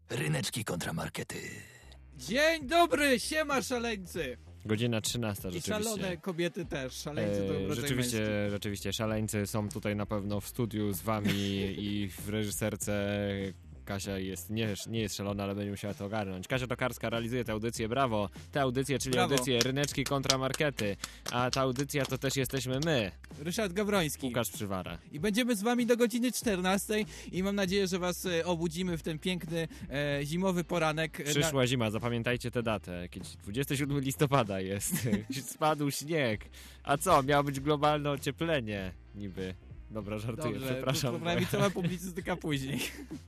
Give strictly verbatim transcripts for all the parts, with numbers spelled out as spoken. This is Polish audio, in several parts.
Ryneczki kontra markety. Dzień dobry, siema szaleńcy! Godzina trzynasta I rzeczywiście. szalone kobiety też, szaleńcy to E, rodzaj rzeczywiście, męski. rzeczywiście, szaleńcy są tutaj na pewno w studiu z wami i w reżyserce. Kasia jest, nie, nie jest szalona, ale będzie musiała to ogarnąć. Kasia Tokarska realizuje tę audycję, brawo. Tę audycję, czyli Brawo. audycję Ryneczki kontra markety. A ta audycja to też jesteśmy my, Ryszard Gawroński. Łukasz Przywara. I będziemy z wami do godziny czternastej i mam nadzieję, że was e, obudzimy w ten piękny e, zimowy poranek. E, Przyszła zima, zapamiętajcie tę datę. Jakieś dwudziestego siódmego listopada jest. Spadł śnieg. A co, miało być globalne ocieplenie niby. Dobra, żartuję, Dobrze, przepraszam. prawicowa publicystyka później.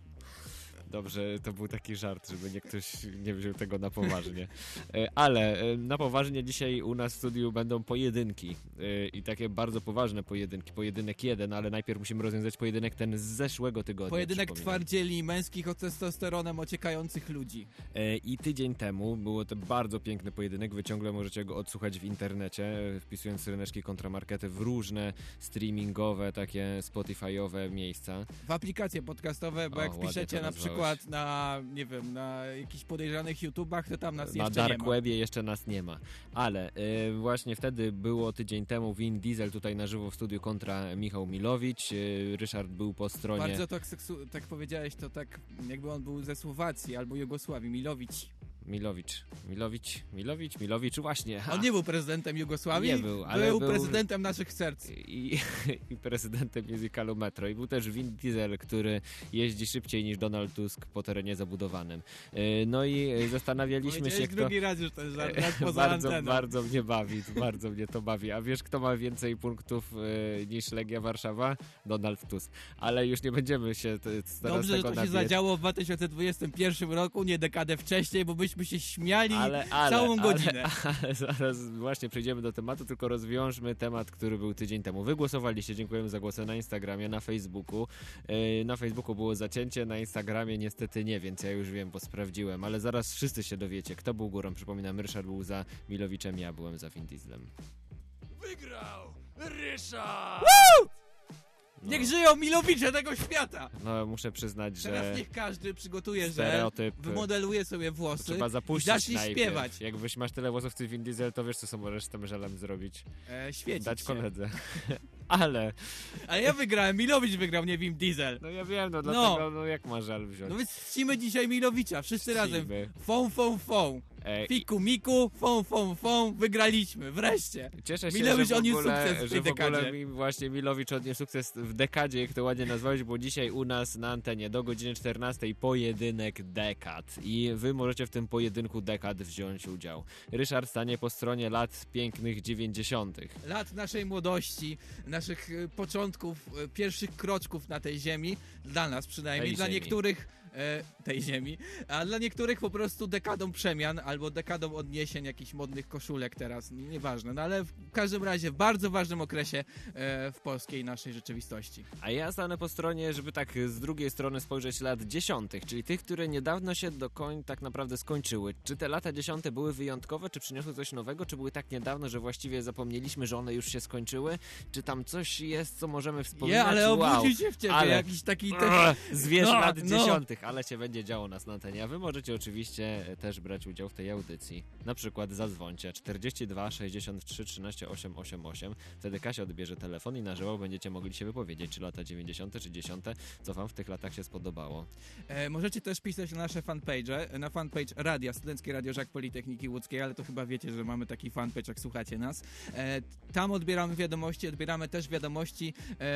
Dobrze, to był taki żart, żeby nie ktoś nie wziął tego na poważnie. E, Ale e, na poważnie dzisiaj u nas w studiu będą pojedynki. E, I takie bardzo poważne pojedynki. Pojedynek jeden, ale najpierw musimy rozwiązać pojedynek ten z zeszłego tygodnia. Pojedynek przypominam. twardzieli męskich o testosteronem ociekających ludzi. E, I tydzień temu było to bardzo piękny pojedynek. Wy ciągle możecie go odsłuchać w internecie, e, wpisując Ryneczki kontra markety w różne streamingowe, takie Spotify'owe miejsca. W aplikacje podcastowe, bo O, jak ładnie wpiszecie to na nazwałeś. przykład na, nie wiem, na jakichś podejrzanych YouTubach, to tam nas Na jeszcze nie Dark ma. Webie jeszcze nas nie ma. Ale y, właśnie wtedy było tydzień temu Vin Diesel tutaj na żywo w studiu kontra Michał Milowicz. Y, Ryszard był po stronie... Bardzo tak, seksu- tak powiedziałeś, to tak jakby on był ze Słowacji albo Jugosławii, Milowicz. Milowicz. Milowicz. Milowicz. Milowicz. Właśnie. Ha. On nie był prezydentem Jugosławii, Nie był, ale był, był- prezydentem naszych serc. I, I prezydentem musicalu Metro. I był też Vin Diesel, który jeździ szybciej niż Donald Tusk po terenie zabudowanym. Y, no i y, zastanawialiśmy się, Powiedziałeś kto... drugi raz już ten żart, nawet poza bardzo, anteną. bardzo mnie bawi, bardzo mnie to bawi. A wiesz, kto ma więcej punktów y, niż Legia Warszawa? Donald Tusk. Ale już nie będziemy się t- teraz Dobrze, że tego to się nabijać. zadziało w dwa tysiące dwudziestym pierwszym roku, nie dekadę wcześniej, bo byśmy się śmiali Ale, ale, całą ale, godzinę. Ale zaraz właśnie przejdziemy do tematu, tylko rozwiążmy temat, który był tydzień temu. Wy głosowaliście, dziękujemy za głosy na Instagramie, na Facebooku. Yy, na Facebooku było zacięcie, na Instagramie niestety nie, więc ja już wiem, bo sprawdziłem, ale zaraz wszyscy się dowiecie, kto był górą. Przypominam, Ryszard był za Milowiczem, ja byłem za Vin Dieslem. Wygrał Ryszard! No, Niech żyją Milowicze tego świata! no muszę przyznać, że Teraz niech każdy przygotuje żel, stereotyp... wymodeluje sobie włosy Trzeba i zapuścić zacznij najpierw. śpiewać. Jakbyś masz tyle włosów co Vin Diesel, to wiesz, co są możesz z tym żelem zrobić. E, świecić Dać się. koledze. Ale... Ale ja wygrałem, Milowicz wygrał, nie Wim Diesel. No ja wiem, no dlatego, no, jak ma żel wziąć? No więc czcimy dzisiaj Milowicza, wszyscy razem. Czcimy. Fą, fą, fą. E, Fiku, miku, fą, fą, fą. Wygraliśmy, wreszcie. Cieszę się, Milowicz że w odniósł ogóle, sukces w tej że w ogóle dekadzie. mi właśnie Milowicz odniósł sukces w dekadzie, jak to ładnie nazwałeś, bo dzisiaj u nas na antenie do godziny czternastej pojedynek dekad i wy możecie w tym pojedynku dekad wziąć udział. Ryszard stanie po stronie lat pięknych dziewięćdziesiątych. Lat naszej młodości, naszych e, początków, e, pierwszych kroczków na tej ziemi, dla nas przynajmniej, Tej dla ziemi. niektórych e, tej ziemi, a dla niektórych po prostu dekadą przemian albo dekadą odniesień jakichś modnych koszulek teraz, no, nieważne, no ale w każdym razie w bardzo ważnym okresie e, w polskiej naszej rzeczywistości. A ja stanę po stronie, żeby tak z drugiej strony spojrzeć lat dziesiątych, czyli tych, które niedawno się do koń tak naprawdę skończyły. Czy te lata dziesiąte były wyjątkowe, czy przyniosły coś nowego, czy były tak niedawno, że właściwie zapomnieliśmy, że one już się skończyły? Czy tam coś jest, co możemy wspominać? Nie, ale wow. obudził się w ciebie Ale- jakiś taki... Ugh, taki... Zwierz No, lat no. dziesiątych, ale się będzie działo nas na antenie. A wy możecie oczywiście też brać udział w tej audycji. Na przykład zadzwońcie czterdzieści dwa sześćdziesiąt trzy trzynaście osiem osiem osiem. Wtedy Kasia odbierze telefon i na żywo będziecie mogli się wypowiedzieć, czy lata dziewięćdziesiąte czy dziesiąte, co wam w tych latach się spodobało. E, możecie też pisać na nasze fanpage, na fanpage radia, Studenckie Radio Żak Politechniki Łódzkiej, ale to chyba wiecie, że mamy taki fanpage, jak słuchacie nas. E, tam odbieramy wiadomości, odbieramy też wiadomości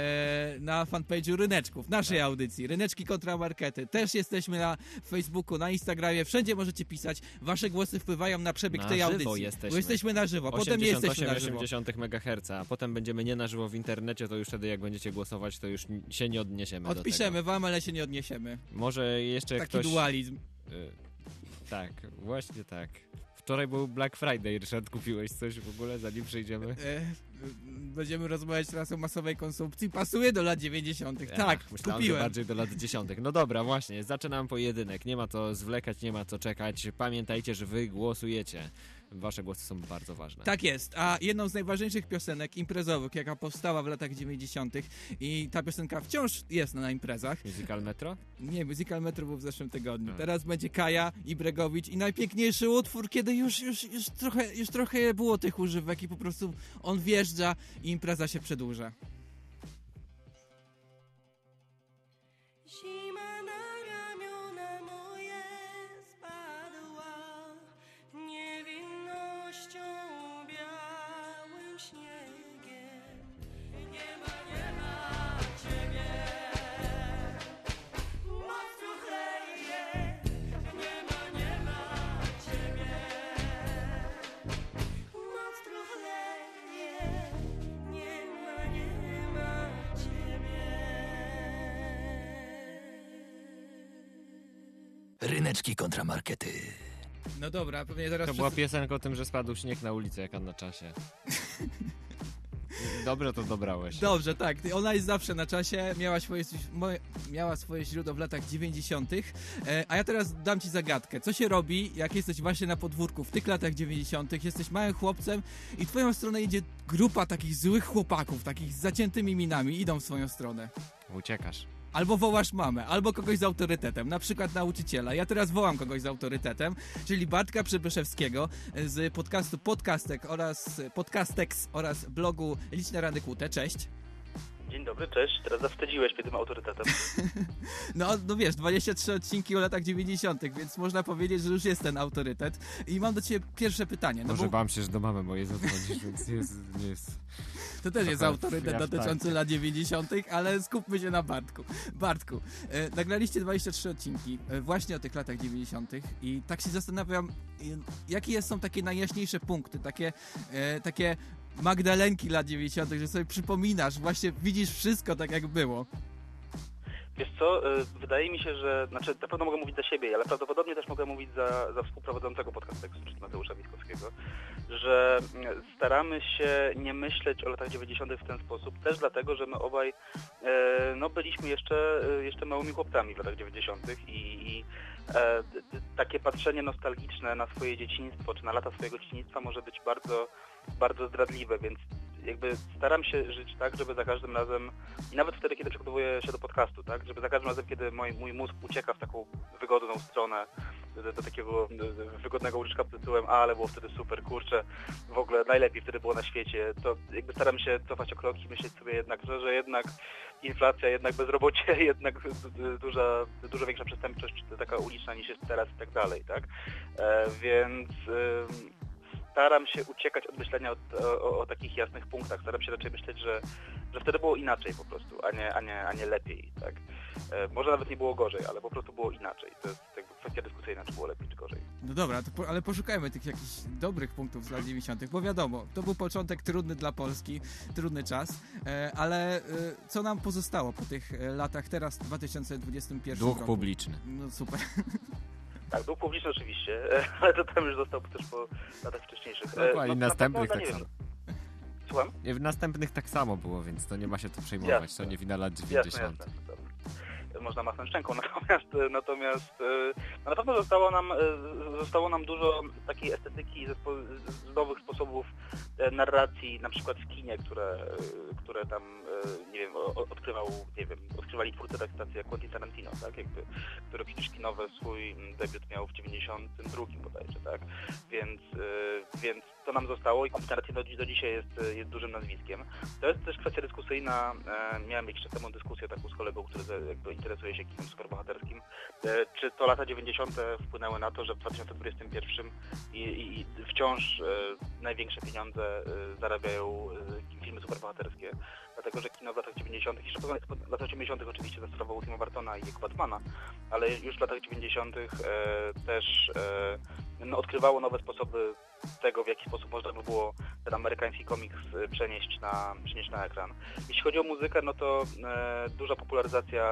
e, na fanpage'u Ryneczków, naszej Tak. audycji, Ryneczki kontra markety. Też jesteśmy na Facebooku, na Instagramie, wszędzie możecie pisać. Wasze głosy wpływają na przebieg Na tej żywo audycji. jesteśmy. Bo jesteśmy na żywo, potem nie osiemdziesiąt jesteśmy osiem na żywo. osiemdziesiąt megaherca, a potem będziemy nie na żywo w internecie, to już wtedy jak będziecie głosować, to już się nie odniesiemy do Odpiszemy wam, ale się nie odniesiemy. tego. Może jeszcze Taki ktoś... dualizm. Y, tak, właśnie tak. Wczoraj był Black Friday, Ryszard, kupiłeś coś w ogóle, zanim przejdziemy? E, będziemy rozmawiać teraz o masowej konsumpcji. Pasuje do lat dziewięćdziesiątych. Tak, Ach, myślałem, kupiłem. że bardziej do lat dziesiątych. No dobra, właśnie, zaczynam pojedynek. Nie ma to zwlekać, nie ma co czekać. Pamiętajcie, że wy głosujecie. wasze głosy są bardzo ważne. Tak jest, a jedną z najważniejszych piosenek imprezowych, jaka powstała w latach dziewięćdziesiątych i ta piosenka wciąż jest na imprezach. Musical Metro? Nie, Musical Metro był w zeszłym tygodniu. A. Teraz będzie Kaja i Bregowicz i najpiękniejszy utwór, kiedy już, już, już, trochę, już trochę było tych używek i po prostu on wjeżdża i impreza się przedłuża. Zima na ramiona moje spadła niewinnością białym śniegiem. Nie ma, nie ma ciebie, moc truchleje. Nie ma, nie ma ciebie, moc truchleje. Nie ma, nie ma ciebie. Ryneczki kontramarkety. No dobra, pewnie zaraz... To była wszyscy- piosenka o tym, że spadł śnieg na ulicę, jak na czasie. Dobrze to dobrałeś. Dobrze, tak. Ona jest zawsze na czasie, miała swoje, moje, miała swoje źródło w latach dziewięćdziesiątych. E, a ja teraz dam ci zagadkę. Co się robi, jak jesteś właśnie na podwórku w tych latach dziewięćdziesiątych, jesteś małym chłopcem i w twoją stronę idzie grupa takich złych chłopaków, takich z zaciętymi minami, idą w swoją stronę. Uciekasz. Albo wołasz mamę, albo kogoś z autorytetem, na przykład nauczyciela. Ja teraz wołam kogoś z autorytetem, czyli Bartka Przybyszewskiego z podcastu Podcastek oraz Podcastex oraz blogu Liczne Rany Kłute. Cześć. Dzień dobry, cześć. Teraz zawstydziłeś mnie tym autorytetem. No, no wiesz, dwadzieścia trzy odcinki o latach dziewięćdziesiątych, więc można powiedzieć, że już jest ten autorytet. I mam do ciebie pierwsze pytanie. No Może bo bałem się, że do mamy mojej zadzwonisz, więc nie jest... Nie jest... to też jest trochę autorytet ja dotyczący tak. lat dziewięćdziesiątych, ale skupmy się na Bartku. Bartku, e, nagraliście dwadzieścia trzy odcinki e, właśnie o tych latach dziewięćdziesiątych i tak się zastanawiam, e, jakie są takie najjaśniejsze punkty, takie, e, takie Magdalenki lat dziewięćdziesiątych, że sobie przypominasz, właśnie widzisz wszystko tak jak było. Wiesz co, y, wydaje mi się, że, znaczy na pewno mogę mówić za siebie, ale prawdopodobnie też mogę mówić za, za współprowadzącego podcastu, czyli Mateusza Witkowskiego, że mm, staramy się nie myśleć o latach dziewięćdziesiątych w ten sposób, też dlatego, że my obaj e, no, byliśmy jeszcze, e, jeszcze małymi chłopcami w latach dziewięćdziesiątych i, i e, d- d- takie patrzenie nostalgiczne na swoje dzieciństwo, czy na lata swojego dzieciństwa może być bardzo, bardzo zdradliwe, więc jakby staram się żyć tak, żeby za każdym razem, i nawet wtedy, kiedy przygotowuję się do podcastu, tak, żeby za każdym razem, kiedy mój, mój mózg ucieka w taką wygodną stronę, do, do takiego do wygodnego łóżka pod tytułem, a, ale było wtedy super, kurczę, w ogóle najlepiej wtedy było na świecie, to jakby staram się cofać o krok i myśleć sobie jednak, że, że jednak inflacja, jednak bezrobocie, jednak duża, dużo większa przestępczość taka uliczna niż jest teraz i tak dalej, tak, e, więc... Ym, Staram się uciekać od myślenia o, o, o takich jasnych punktach. Staram się raczej myśleć, że, że wtedy było inaczej po prostu, a nie, a nie, a nie lepiej. Tak? E, może nawet nie było gorzej, ale po prostu było inaczej. To jest jakby kwestia dyskusyjna, czy było lepiej, czy gorzej. No dobra, to po, ale poszukajmy tych jakichś dobrych punktów z lat dziewięćdziesiątych, bo wiadomo, to był początek trudny dla Polski, trudny czas, e, ale e, co nam pozostało po tych e, latach teraz, w dwa tysiące dwudziestym pierwszym Dług roku? publiczny. No super. Tak, dług publiczny oczywiście, ale to tam już został też po latach wcześniejszych. E, Dokładnie, no, następnych na tak pewno, samo. nie wiem. Słucham? Nie, w następnych tak samo było, więc to nie ma się tu przejmować, Jasne. to nie wina lat Jasne, dziewięćdziesiątych. jasne. To można machnąć ręką, natomiast, natomiast no na pewno zostało nam, zostało nam dużo takiej estetyki ze spo, z nowych sposobów narracji, na przykład w kinie, które, które tam, nie wiem, odkrywał, nie wiem, odkrywali twórcy tak stacji jak Quentin Tarantino, tak, jakby, który przecież kinowy swój debiut miał w dziewięćdziesiątym drugim bodajże, tak, więc, więc to nam zostało i Quentin Tarantino do dzisiaj jest, jest dużym nazwiskiem. To jest też kwestia dyskusyjna, miałem jakiś czas temu dyskusję taką z kolegą, który jakby interesuje się kinem superbohaterskim, czy to lata dziewięćdziesiąte wpłynęły na to, że w dwa tysiące dwudziestym pierwszym i, i, i wciąż e, największe pieniądze e, zarabiają e, filmy superbohaterskie, dlatego że kino w latach dziewięćdziesiątych, jeszcze w latach osiemdziesiątych oczywiście za sprawą Tima Burtona i jego Batmana, ale już w latach dziewięćdziesiątych e, też e, no, odkrywało nowe sposoby tego, w jaki sposób można by było ten amerykański komiks przenieść na, przenieść na ekran. Jeśli chodzi o muzykę, no to e, duża popularyzacja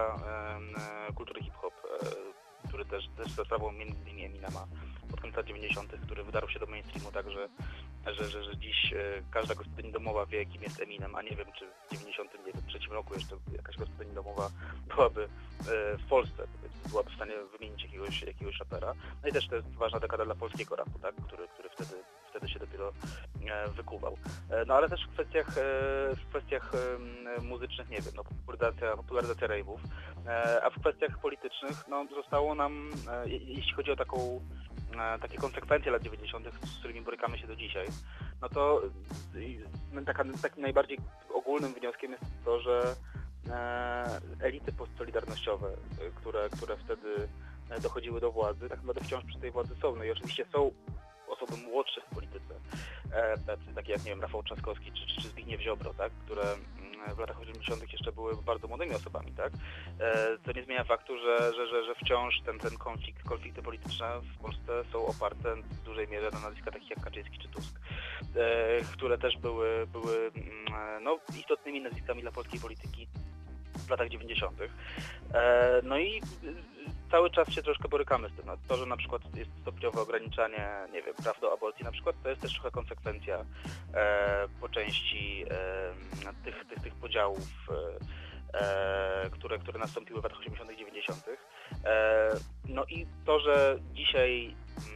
e, kultury hip-hop, e, który też, też za sprawą między innymi Eminema pod koniec lat dziewięćdziesiątych, który wydarł się do mainstreamu tak, że, że, że, że dziś e, każda gospodyni domowa wie, kim jest Eminem, a nie wiem, czy w dziewięćdziesiątym trzecim roku jeszcze jakaś gospodyni domowa byłaby e, w Polsce, byłaby w stanie wymienić jakiegoś, jakiegoś rapera. No i też to jest ważna dekada dla polskiego rapu, tak, który, który wtedy wtedy się dopiero e, wykuwał. E, no ale też w kwestiach, e, w kwestiach e, muzycznych, nie wiem, no, popularyzacja, popularyzacja rave'ów, e, a w kwestiach politycznych, no, zostało nam, e, jeśli chodzi o taką, e, takie konsekwencje lat dziewięćdziesiątych, z którymi borykamy się do dzisiaj, no to e, taka, takim najbardziej ogólnym wnioskiem jest to, że e, elity postsolidarnościowe, e, które, które wtedy dochodziły do władzy, tak naprawdę wciąż przy tej władzy są. No i oczywiście są osoby młodsze w polityce, e, takie jak, nie wiem, Rafał Trzaskowski czy, czy, czy Zbigniew Ziobro, tak, które w latach osiemdziesiątych jeszcze były bardzo młodymi osobami, tak, e, co nie zmienia faktu, że, że, że, że wciąż ten, ten konflikt, konflikty polityczne w Polsce są oparte w dużej mierze na nazwiskach takich jak Kaczyński czy Tusk, e, które też były, były no, istotnymi nazwiskami dla polskiej polityki w latach dziewięćdziesiątych. E, no i cały czas się troszkę borykamy z tym. No, to, że na przykład jest stopniowe ograniczanie, nie wiem, praw do aborcji na przykład, to jest też trochę konsekwencja e, po części e, tych, tych, tych podziałów, e, które, które nastąpiły w latach osiemdziesiątych, dziewięćdziesiątych. E, no i to, że dzisiaj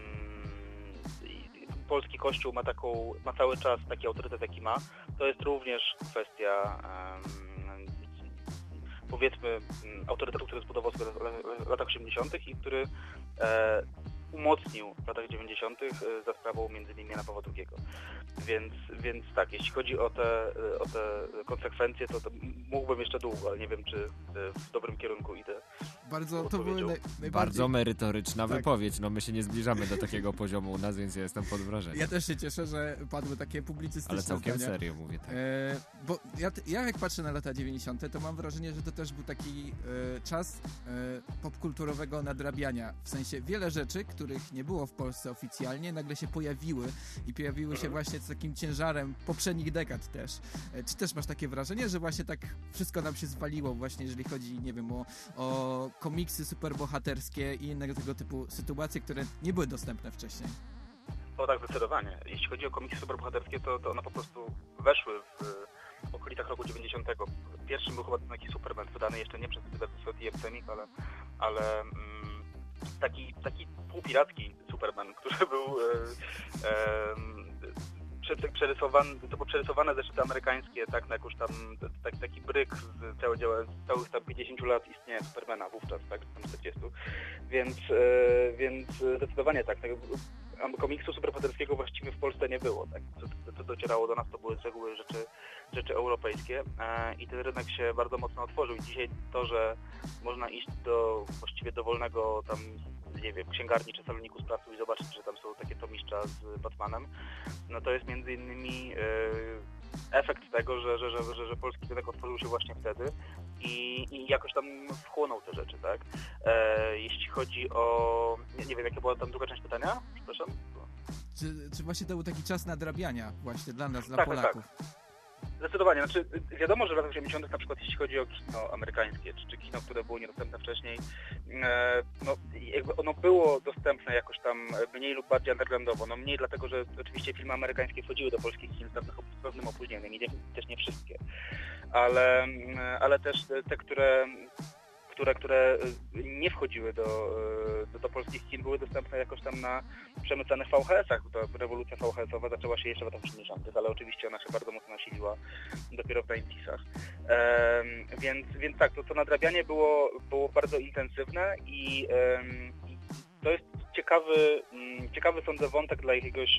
mm, polski Kościół ma taką, ma cały czas taki autorytet, jaki ma, to jest również kwestia powiedzmy autorytetu, który zbudował sobie w latach osiemdziesiątych i który e, umocnił w latach dziewięćdziesiątych za sprawą między innymi Jana Pawła drugiego. Więc, więc tak, jeśli chodzi o te, o te konsekwencje, to, to mógłbym jeszcze długo, ale nie wiem, czy w dobrym kierunku idę. Bardzo, to były naj, najbardziej... Bardzo merytoryczna tak. wypowiedź. No my się nie zbliżamy do takiego poziomu u nas, więc ja jestem pod wrażeniem. Ja też się cieszę, że padły takie publicystyczne Ale całkiem zdania. serio mówię, tak. E, bo ja, ja jak patrzę na lata dziewięćdziesiąte, to mam wrażenie, że to też był taki e, czas e, popkulturowego nadrabiania. W sensie wiele rzeczy, których nie było w Polsce oficjalnie, nagle się pojawiły i pojawiły się właśnie z takim ciężarem poprzednich dekad też. E, czy też masz takie wrażenie, że właśnie tak wszystko nam się zwaliło właśnie, jeżeli chodzi, nie wiem, o, o komiksy superbohaterskie i innego tego typu sytuacje, które nie były dostępne wcześniej? O tak, zdecydowanie. Jeśli chodzi o komiksy superbohaterskie, to, to one po prostu weszły w okolicach roku dziewięćdziesiątego. Pierwszym był chyba ten taki Superman, wydany jeszcze nie przez D M Comics, ale, ale mm, taki, taki półpiracki Superman, który był e, e, przerysowany, to było przerysowane zeszyty amerykańskie, tak, na jakoś tam tak, taki bryk z, całe, z całych tam pięćdziesięciu lat istnienia Supermana wówczas, tak, tam czterdziestu. Więc, e, więc zdecydowanie tak, tak, komiksu superbohaterskiego właściwie w Polsce nie było, tak, co, co docierało do nas, to były z reguły rzeczy, rzeczy europejskie e, i ten rynek się bardzo mocno otworzył i dzisiaj to, że można iść do właściwie dowolnego tam, nie wiem, księgarni czy saloniku z pracy i zobaczyć, że tam są takie tomiszcza z Batmanem, no to jest między innymi e, efekt tego, że, że, że, że, że polski rynek otworzył się właśnie wtedy i, i jakoś tam wchłonął te rzeczy, tak? E, jeśli chodzi o... Nie, nie wiem, jaka była tam druga część pytania? Przepraszam. Czy, czy właśnie to był taki czas nadrabiania właśnie dla nas, dla tak, Polaków? Tak, tak. Zdecydowanie. Znaczy, wiadomo, że w latach osiemdziesiątych na przykład jeśli chodzi o kino amerykańskie, czy, czy kino, które było niedostępne wcześniej, e, no jakby ono było dostępne jakoś tam mniej lub bardziej undergroundowo. No mniej dlatego, że oczywiście filmy amerykańskie wchodziły do polskich kin z pewnym opóźnieniem i nie, też nie wszystkie. Ale, ale też te, które... Które, które nie wchodziły do, do, do polskich kin, były dostępne jakoś tam na przemycanych V H S-ach. To rewolucja V H S-owa zaczęła się jeszcze w latach osiemdziesiątych, ale oczywiście ona się bardzo mocno nasiliła dopiero w dziewięćdziesiątych. Ehm, więc, więc tak, to, to nadrabianie było, było bardzo intensywne i em, to jest ciekawy, ciekawy sądzę wątek dla jakiegoś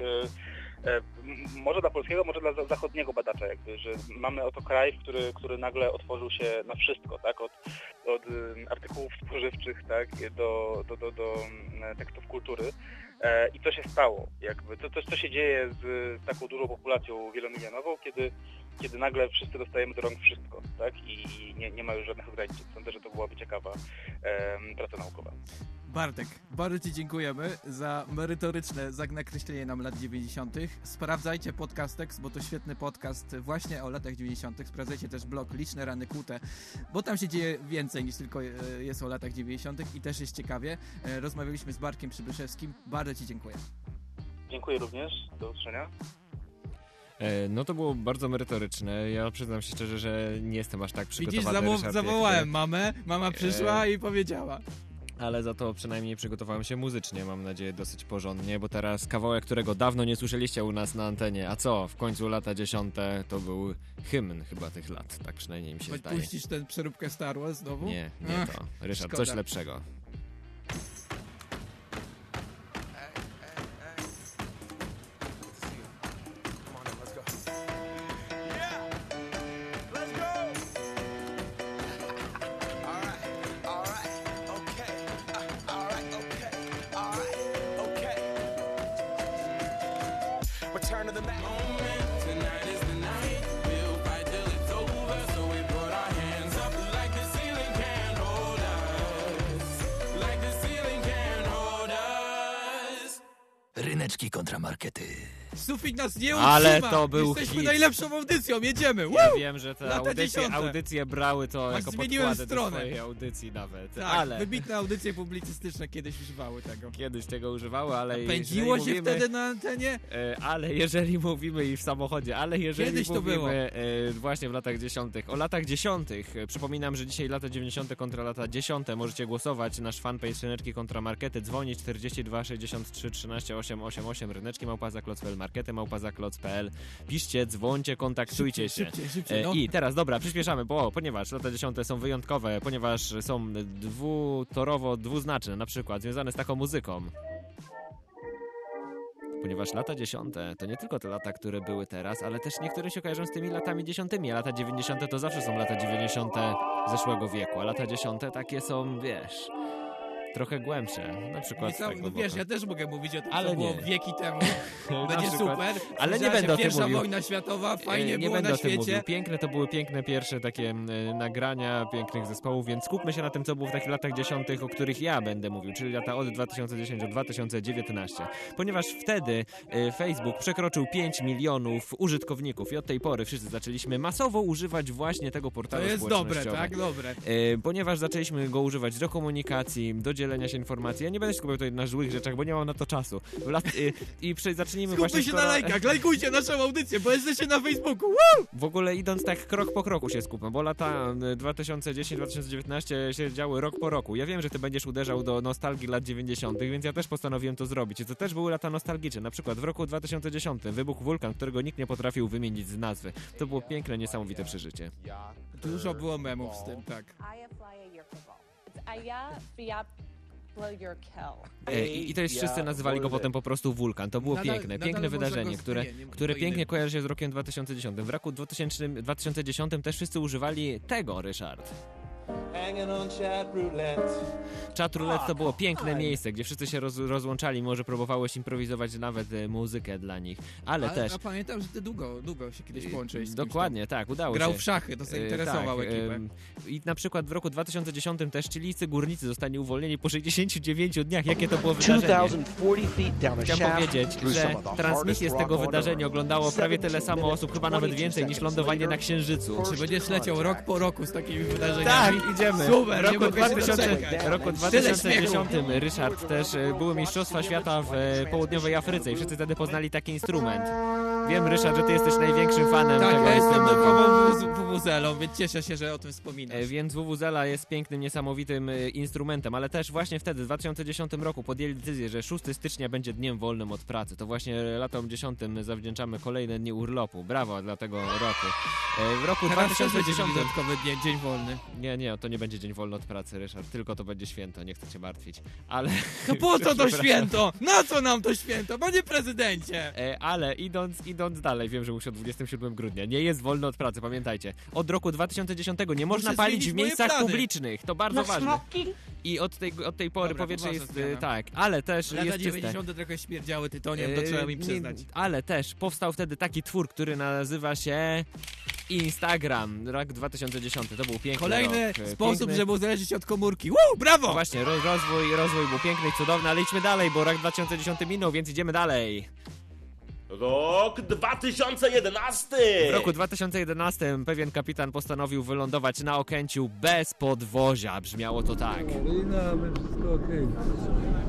może dla polskiego, może dla zachodniego badacza, jakby, że mamy oto kraj, który, który nagle otworzył się na wszystko, tak, od, od artykułów spożywczych, tak, do, do, do, do tekstów kultury. E, I co się stało, jakby, to, to co się dzieje z, z taką dużą populacją wielomilionową, kiedy, kiedy nagle wszyscy dostajemy do rąk wszystko, tak, i nie, nie ma już żadnych ograniczeń. Sądzę, że to byłaby ciekawa e, praca naukowa. Bartek, bardzo Ci dziękujemy za merytoryczne nakreślenie nam lat dziewięćdziesiątych. Sprawdzajcie Podcastex, bo to świetny podcast właśnie o latach dziewięćdziesiątych. Sprawdzajcie też blog Liczne Rany Kłute, bo tam się dzieje więcej niż tylko jest o latach dziewięćdziesiątych i też jest ciekawie. Rozmawialiśmy z Bartkiem Przybyszewskim. Bardzo Ci dziękuję. Dziękuję również. Do usłyszenia. No to było bardzo merytoryczne. Ja przyznam się szczerze, że nie jestem aż tak przygotowany. Widzisz, zawo- zawołałem mamę, mama przyszła e... i powiedziała. ale za to przynajmniej przygotowałem się muzycznie, mam nadzieję dosyć porządnie, bo teraz kawałek, którego dawno nie słyszeliście u nas na antenie, a co, w końcu lata dziesiąte to był hymn chyba tych lat, tak przynajmniej mi się Choć zdaje. puścisz tę przeróbkę Star Wars znowu? Nie, nie Ach, to. Ryszard, szkoda. coś lepszego. Return to the Mac. Tonight is the night. We'll fight till it's over. So we put our hands up like the ceiling can't hold us. Like the ceiling can't hold us. Ryneczki kontra markety. Sufit nas nie Ale utrzyma! to był Jesteśmy hit. najlepszą audycją, jedziemy! Woo! Ja wiem, że te Lata audycje, dziesiąte. audycje brały to Aż jako zmieniłem podkłady do stronę. swojej audycji nawet, Tak, ale wybitne audycje publicystyczne kiedyś używały tego. kiedyś tego używały, ale Pędziło się jeżeli mówimy, wtedy na antenie? e, ale jeżeli mówimy i w samochodzie, ale jeżeli Kiedyś to mówimy było. e, właśnie w latach dziesiątych, o latach dziesiątych, e, przypominam, że dzisiaj lata dziewięćdziesiąte kontra lata dziesiąte, możecie głosować, nasz fanpage Ryneczki kontra Markety, dzwonić czterdzieści dwa sześćdziesiąt trzy trzynaście osiemset osiemdziesiąt osiem, Ryneczki małpa zakloc kropka p l, Markety małpa zakloc kropka p l, piszcie, dzwońcie, kontaktujcie się. Szybciej, szybciej, E, no. I teraz, dobra, przyspieszamy, bo ponieważ lata dziesiąte są wyjątkowe, ponieważ są dwutorowo dwuznaczne, na przykład związane z taką muzyką. Ponieważ lata dziesiąte to nie tylko te lata, które były teraz, ale też niektórym się kojarzą z tymi latami dziesiątymi, a lata dziewięćdziesiąte to zawsze są lata dziewięćdziesiąte zeszłego wieku, a lata dziesiąte takie są, wiesz, trochę głębsze, na przykład I sam, tak no głęboko. wiesz, ja też mogę mówić o tym, Ale co było nie. wieki temu. Na Będzie przykład. super. Ale nie Zbliża będę się o tym Pierwsza mówił. wojna światowa, fajnie E, nie było będę na o tym świecie. mówił. Piękne to były piękne pierwsze takie e, nagrania pięknych zespołów, więc skupmy się na tym, co było w takich latach dziesiątych, o których ja będę mówił, czyli lata od dwa tysiące dziesiątego do dwa tysiące dziewiętnastego. Ponieważ wtedy e, Facebook przekroczył pięć milionów użytkowników i od tej pory wszyscy zaczęliśmy masowo używać właśnie tego To portalu jest dobre, społecznościowego. tak? Dobre. E, ponieważ zaczęliśmy go używać do komunikacji, do dzielenia się informacji. Ja nie będę się skupiał tutaj na złych rzeczach, bo nie mam na to czasu. W Lat, e, I przy, zacznijmy właśnie Skupmy się skoro- na lajkach, lajkujcie naszą audycję, bo jesteście na Facebooku. Woo! W ogóle idąc tak krok po kroku się skupmy, bo lata dwa tysiące dziesiąty do dwa tysiące dziewiętnastego się działy rok po roku. Ja wiem, że ty będziesz uderzał do nostalgii lat dziewięćdziesiątych, więc ja też postanowiłem to zrobić. I to też były lata nostalgiczne. Na przykład w roku dwa tysiące dziesiątym wybuchł wulkan, którego nikt nie potrafił wymienić z nazwy. To było piękne, niesamowite przeżycie. Dużo było memów z tym, tak. Aya Flya Yerkabal. It's Aya Flya Yerkel. E, I, I to jest, wszyscy nazywali go potem po prostu wulkan. To było Nadal- piękne, nadal piękne można wydarzenie, go- które, nie, nie, które to pięknie inny. kojarzy się z rokiem dwa tysiące dziesiątym. W roku dwa tysiące, dwa tysiące dziesiątym też wszyscy używali tego, Ryszard. Hanging on chat roulette. Chat Roulette to było piękne miejsce, gdzie wszyscy się roz, rozłączali, może próbowałeś improwizować nawet e, muzykę dla nich, ale A, też... a pamiętam, że ty długo, długo się kiedyś połączyłeś z kimś Dokładnie, tak, udało tam. Grał się. w szachy, to zainteresował E, tak, ekipę. em, I na przykład w roku dwa tysiące dziesiątym też chilijscy górnicy zostali uwolnieni po sześćdziesięciu dziewięciu dniach. Jakie to było wydarzenie? two thousand forty feet down a Chciałem shaft powiedzieć, through że some of the transmisję z hardest tego rock on wydarzenia earth. oglądało prawie tyle samo seventeen osób, chyba nawet minutes, więcej niż twenty-two lądowanie na seconds Księżycu. later, Czy będziesz leciał rok po roku z takimi wydarzeniami? Tak, idziemy. Super, w nie roku, mogę się 2000, doczekać. roku dwa tysiące dziesiątym Ryszard też e, były Mistrzostwa Świata w e, południowej Afryce i wszyscy wtedy poznali taki instrument. Wiem, Ryszard, że ty jesteś największym fanem Tak, tego ja jestem instrumentu. nową wuwuzelą, więc cieszę się, że o tym wspominasz. E, Więc wuwuzela jest pięknym, niesamowitym e, instrumentem, ale też właśnie wtedy, w dwa tysiące dziesiątym roku podjęli decyzję, że szóstego stycznia będzie dniem wolnym od pracy. To właśnie latom dziesiątym zawdzięczamy kolejne dni urlopu. Brawo dla tego roku. E, W roku dwa Teraz tysiące też będzie dziesiątym... dodatkowy dzień, dzień wolny. Nie, nie, to nie będzie dzień wolny od pracy, Ryszard, tylko to będzie święto, nie chcę cię martwić. Ale... To po co to Przepraszam. święto? Na co nam to święto? Panie prezydencie! E, ale idąc, idąc dalej, wiem, że muszę o dwudziestego siódmego grudnia. Nie jest wolny od pracy, pamiętajcie. Od roku dwa tysiące dziesiątego nie można Muszę palić zmienić w moje miejscach plany. publicznych. To bardzo No ważne. smoking? I od tej, od tej pory Dobra, powietrze poważna jest... zmiana. e, Tak, ale też Lata jest czyste. dziewięćdziesiąte trochę śmierdziały tytoniem, to E, trzeba mi nie- przyznać. Ale też powstał wtedy taki twór, który nazywa się Instagram. Rok dwa tysiące dziesiąty. To był piękny Kolejny rok. e, sposób, piękny... żeby uzależnić się od komórki. Woo, brawo! No właśnie, ro- rozwój, rozwój był piękny i cudowny, ale idźmy dalej, bo rok dwa tysiące dziesiąty minął, więc idziemy dalej. Rok dwa tysiące jedenasty. W roku dwa tysiące jedenastym pewien kapitan postanowił wylądować na Okęciu bez podwozia. Brzmiało to tak.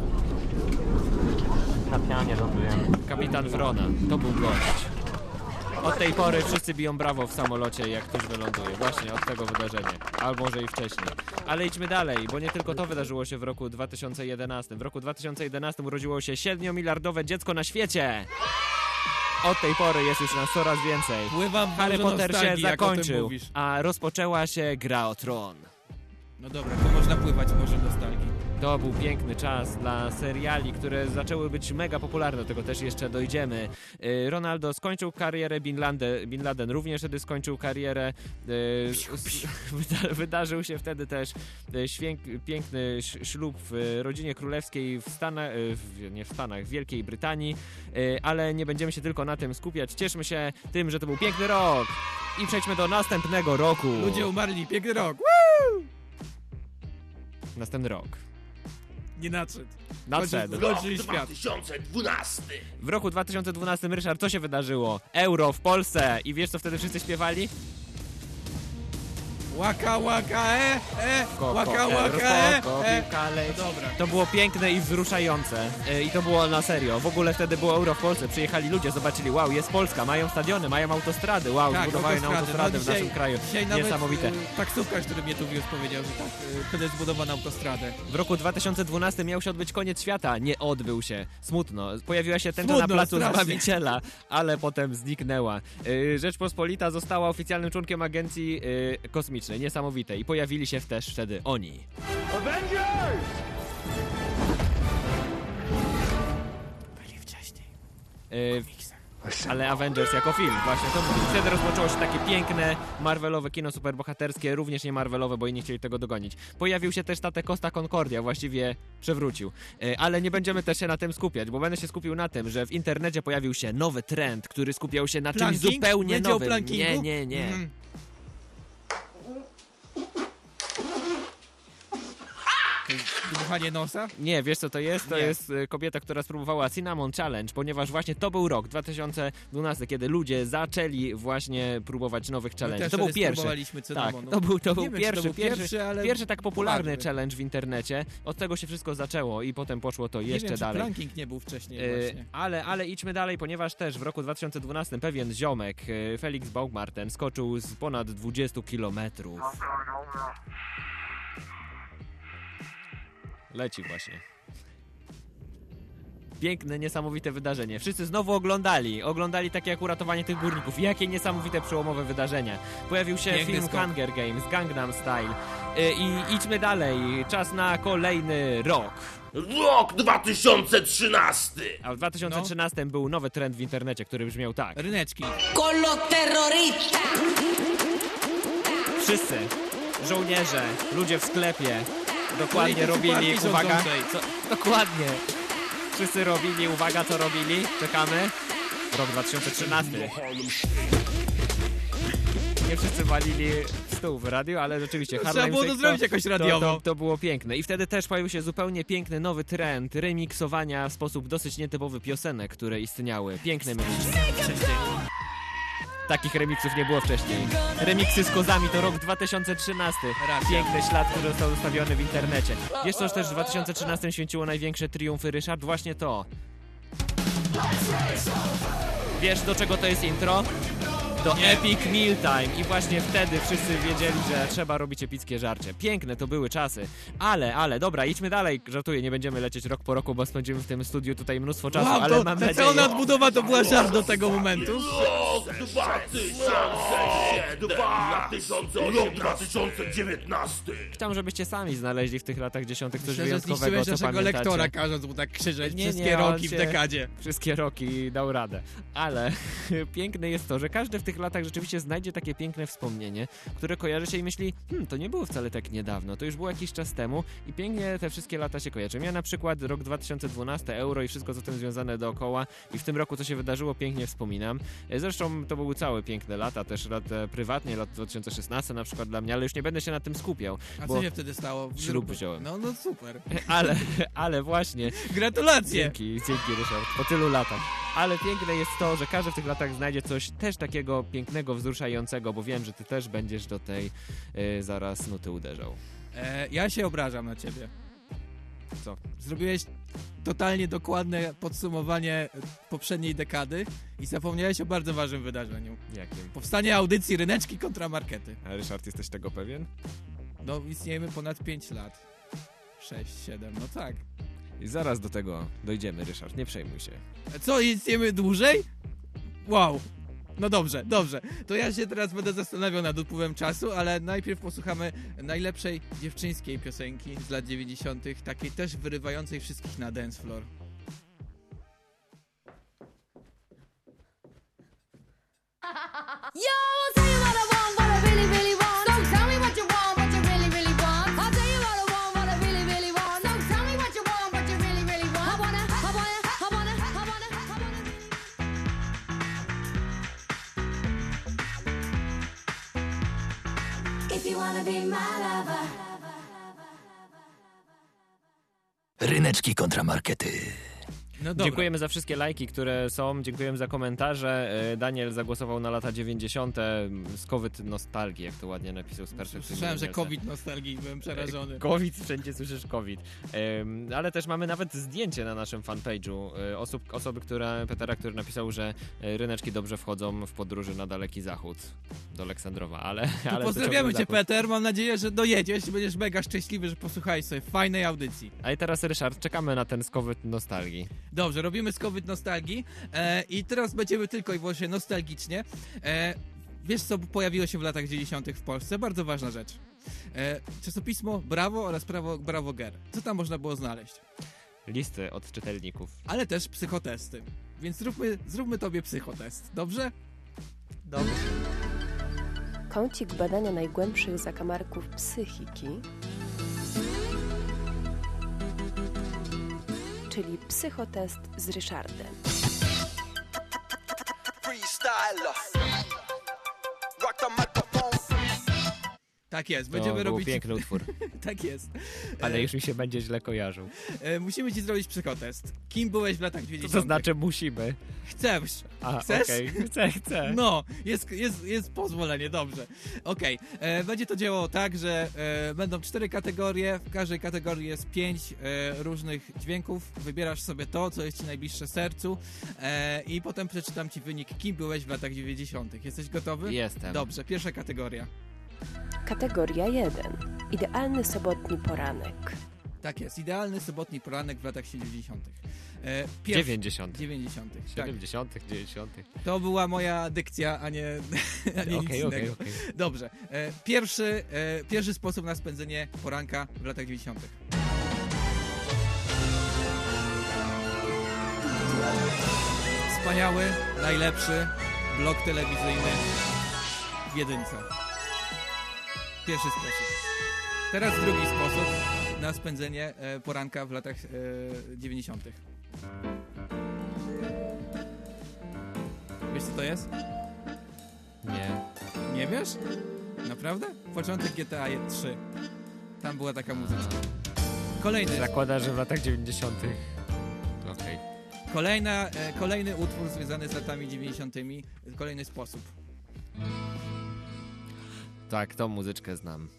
Na pianie lądujemy. Kapitan Wrona, to był gość. Od tej pory wszyscy biją brawo w samolocie, jak ktoś wyląduje. Właśnie od tego wydarzenia. Albo może i wcześniej. Ale idźmy dalej, bo nie tylko to wydarzyło się w roku dwa tysiące jedenastym. W roku dwa tysiące jedenastym urodziło się siedmiomiliardowe dziecko na świecie. Od tej pory jest już nas coraz więcej. Pływam w Harry dużo Potter się nostalgii, jak o tym zakończył, mówisz. a rozpoczęła się Gra o Tron. No dobra, to można pływać może w nostalgii. To był piękny czas dla seriali, które zaczęły być mega popularne, do tego też jeszcze dojdziemy. Yy, Ronaldo skończył karierę, Bin Laden, Bin Laden również wtedy skończył karierę. Yy, s- wyda- wydarzył się wtedy też yy, święk- piękny ś- ślub w rodzinie królewskiej w Stanach, yy, w, nie w Stanach, w Wielkiej Brytanii, yy, ale nie będziemy się tylko na tym skupiać. Cieszmy się tym, że to był piękny rok i przejdźmy do następnego roku. Ludzie umarli, piękny rok. Następny rok. Nie nadszedł. Nadszedł. Skończył- skończył Rok świat. dwa tysiące dwunasty. W roku dwa tysiące dwunastym, Ryszard, co się wydarzyło? Euro w Polsce. I wiesz, co wtedy wszyscy śpiewali? Łaka, łaka, e, e, Ko, łaka, ko, łaka, e, ko, e. piłka leci. Dobra. To było piękne i wzruszające. E, I to było na serio. W ogóle wtedy było Euro w Polsce. Przyjechali ludzie, zobaczyli, wow, jest Polska, mają stadiony, mają autostrady, wow, Tak, zbudowali autostrady. autostrady No w dzisiaj- naszym kraju. Dzisiaj nawet Niesamowite. y, taksówkarz, który mnie tu wiózł, powiedział, że tak, y, wtedy zbudowano autostradę. W roku dwa tysiące dwunastym miał się odbyć koniec świata. Nie odbył się. Smutno. Pojawiła się tęcza na Smutno, placu strasznie. Zbawiciela, ale potem zniknęła. Yy, Rzeczpospolita została oficjalnym członkiem agencji yy, kosmicznej. Niesamowite. I pojawili się też wtedy oni. Byli wcześniej. Yy, ale Avengers jako film, właśnie to mówię. Wtedy rozpoczęło się takie piękne Marvelowe kino superbohaterskie, również nie Marvelowe, bo inni chcieli tego dogonić. Pojawił się też statek Costa Concordia, właściwie przewrócił. Yy, ale nie będziemy też się na tym skupiać, bo będę się skupił na tym, że w internecie pojawił się nowy trend, który skupiał się na czymś Planking? zupełnie Będzie o nowym. plankingu? Nie, nie, nie. Mm. To jest dmuchanie nosa? Nie, wiesz co to jest? To Nie. jest e, kobieta, która spróbowała Cinnamon Challenge, ponieważ właśnie to był rok dwa tysiące dwunasty, kiedy ludzie zaczęli właśnie próbować nowych challenge. też To był wtedy pierwszy. spróbowaliśmy Tak, cynamonu. to był, to był Nie wiem, czy pierwszy, to był pierwszy, pierwszy, ale pierwszy tak popularny ważny. challenge w internecie. Od tego się wszystko zaczęło i potem poszło to Nie jeszcze wiem, czy dalej. planking nie był wcześniej E, właśnie. ale, ale idźmy dalej, ponieważ też w roku dwa tysiące dwunastym pewien ziomek, e, Felix Baumgarten, skoczył z ponad dwudziestu kilometrów. Leci właśnie. Piękne, niesamowite wydarzenie. Wszyscy znowu oglądali. Oglądali takie jak uratowanie tych górników. Jakie niesamowite, przełomowe wydarzenia. Pojawił się Piękny film skok. Hunger Games, Gangnam Style. E, I idźmy dalej. Czas na kolejny rok. Rok dwa tysiące trzynasty. A w dwa tysiące trzynastym był nowy trend w internecie, który brzmiał tak. Ryneczki. Con los terroristas. Wszyscy, żołnierze, ludzie w sklepie, dokładnie Politycy robili, partii uwaga, rządzącej. co, dokładnie, wszyscy robili, uwaga, co robili, czekamy, rok dwa tysiące trzynasty. Nie wszyscy walili stół w radiu, ale rzeczywiście Trzeba Harlem było to Shake zrobić jakoś radiowo. To, to, to było piękne i wtedy też pojawił się zupełnie piękny nowy trend remiksowania w sposób dosyć nietypowy piosenek, które istniały. Piękne myśli. Takich remiksów nie było wcześniej. Remiksy z kozami to rok dwa tysiące trzynasty. Racja. Piękny ślad, który został zostawiony w internecie. Wiesz coś też w dwa tysiące trzynastym święciło największe triumfy, Ryszard? Właśnie to. Wiesz, do czego to jest intro? Do Epic Meal Time i właśnie wtedy wszyscy wiedzieli, że trzeba robić epickie żarcie. Piękne to były czasy. Ale, ale, dobra, idźmy dalej. Żartuję, nie będziemy lecieć rok po roku, bo spędzimy w tym studiu tutaj mnóstwo czasu, Wow, ale to, mam ta nadzieję... cała nadbudowa to była żart do tego momentu. Rok dwa tysiące dwa tysiące Rok dwa tysiące dziewiętnasty. Chciałem, żebyście sami znaleźli w tych latach dziesiątych coś Myślę, że wyjątkowego, zniszczyłeś co naszego pamiętacie. lektora, każąc mu tak krzyczeć Nie, wszystkie nie, on roki w się- dekadzie. Wszystkie roki dał radę. Ale piękne jest to, że każdy w tych latach rzeczywiście znajdzie takie piękne wspomnienie, które kojarzy się i myśli, hmm, to nie było wcale tak niedawno, to już było jakiś czas temu i pięknie te wszystkie lata się kojarzą. Ja na przykład rok dwa tysiące dwunasty, euro i wszystko co z tym związane dookoła i w tym roku co się wydarzyło pięknie wspominam. Zresztą to były całe piękne lata, też lata prywatnie, lat dwa tysiące szesnasty na przykład dla mnie, ale już nie będę się na tym skupiał. A bo... co się wtedy stało? W ślub grupie? wziąłem. No, no super. Ale, ale właśnie, Gratulacje! dzięki, dzięki Ryszard, po tylu latach. Ale piękne jest to, że każdy w tych latach znajdzie coś też takiego pięknego, wzruszającego, bo wiem, że ty też będziesz do tej y, zaraz nuty uderzał. E, ja się obrażam na ciebie. Co? Zrobiłeś totalnie dokładne podsumowanie poprzedniej dekady i zapomniałeś o bardzo ważnym wydarzeniu. Jakim? Powstanie audycji Ryneczki kontra Markety. A Ryszard, jesteś tego pewien? No, istniejemy ponad pięć lat. sześć, siedem, no tak. I zaraz do tego dojdziemy, Ryszard, nie przejmuj się. Co, istniejemy dłużej? Wow. No dobrze, dobrze. To ja się teraz będę zastanawiał nad upływem czasu, ale najpierw posłuchamy najlepszej dziewczyńskiej piosenki z lat dziewięćdziesiątych, takiej też wyrywającej wszystkich na dance floor. Yo, I'll tell you what I want, what I really, really want. So tell me what you want, what you really, really want. I'll tell you what I want, what I really, really want. So tell me what you want, what you really, really want. I wanna, I wanna, I wanna, I wanna, I wanna. If you wanna be my lover. Ryneczki kontra markety. No dobra. Dziękujemy za wszystkie lajki, które są, dziękujemy za komentarze. E, Daniel zagłosował na lata dziewięćdziesiąte z COVID nostalgii, jak to ładnie napisał z perspektywy. Słyszałem, że Danielsa. COVID nostalgii, byłem przerażony. COVID, wszędzie słyszysz COVID. Um, ale też mamy nawet zdjęcie na naszym fanpage'u e, osób, osoby, która, Petera, który napisał, że e, ryneczki dobrze wchodzą w podróży na Daleki Zachód do Aleksandrowa, ale... To ale pozdrawiamy to cię, Zachód. Peter, mam nadzieję, że dojedziesz i będziesz mega szczęśliwy, że posłuchałeś sobie fajnej audycji. A i teraz, Ryszard, czekamy na ten z COVID nostalgii. Dobrze, robimy z COVID nostalgii e, i teraz będziemy tylko i wyłącznie nostalgicznie. E, wiesz, co pojawiło się w latach dziewięćdziesiątych w Polsce? Bardzo ważna rzecz. E, czasopismo Brawo oraz Prawo, Brawo Ger. Co tam można było znaleźć? Listy od czytelników. Ale też psychotesty. Więc zróbmy, zróbmy tobie psychotest, dobrze? Dobrze. Kącik badania najgłębszych zakamarków psychiki, czyli psychotest z Ryszardem. Tak jest, To będziemy był robić... piękny utwór, Tak jest. ale E, już mi się będzie źle kojarzył. e, musimy ci zrobić psychotest. Kim byłeś w latach Co dziewięćdziesiątych? to znaczy musimy? Chcesz. A, Chcesz? okej, chcę, chcę. No, jest, jest, jest pozwolenie, dobrze. Okej, e, będzie to działało tak, że e, będą cztery kategorie, w każdej kategorii jest pięć e, różnych dźwięków, wybierasz sobie to, co jest ci najbliższe sercu e, i potem przeczytam ci wynik, kim byłeś w latach dziewięćdziesiątych. Jesteś gotowy? Jestem. Dobrze, pierwsza kategoria. Kategoria jeden. Idealny sobotni poranek. Tak jest, idealny sobotni poranek w latach siedemdziesiątych. E, pierw- dziewięćdziesiątych. dziewięćdziesiątych, tak. siedemdziesiątych, dziewięćdziesiątych. To była moja dykcja, a nie, a nie nic Okej, okej, innego. okej. Dobrze. E, pierwszy, e, pierwszy sposób na spędzenie poranka w latach dziewięćdziesiątych. Wspaniały, najlepszy blok telewizyjny w jedynce. Pierwszy sposób. Teraz drugi sposób na spędzenie e, poranka w latach e, dziewięćdziesiątych. Wiesz, co to jest? Nie. Nie wiesz? Naprawdę? Początek G T A trzy. Tam była taka muzyczka. Kolejny, Zakłada, że w latach dziewięćdziesiątych. Okej. kolejna, e, kolejny utwór związany z latami dziewięćdziesiątymi. Kolejny sposób. Tak, tą muzyczkę znam.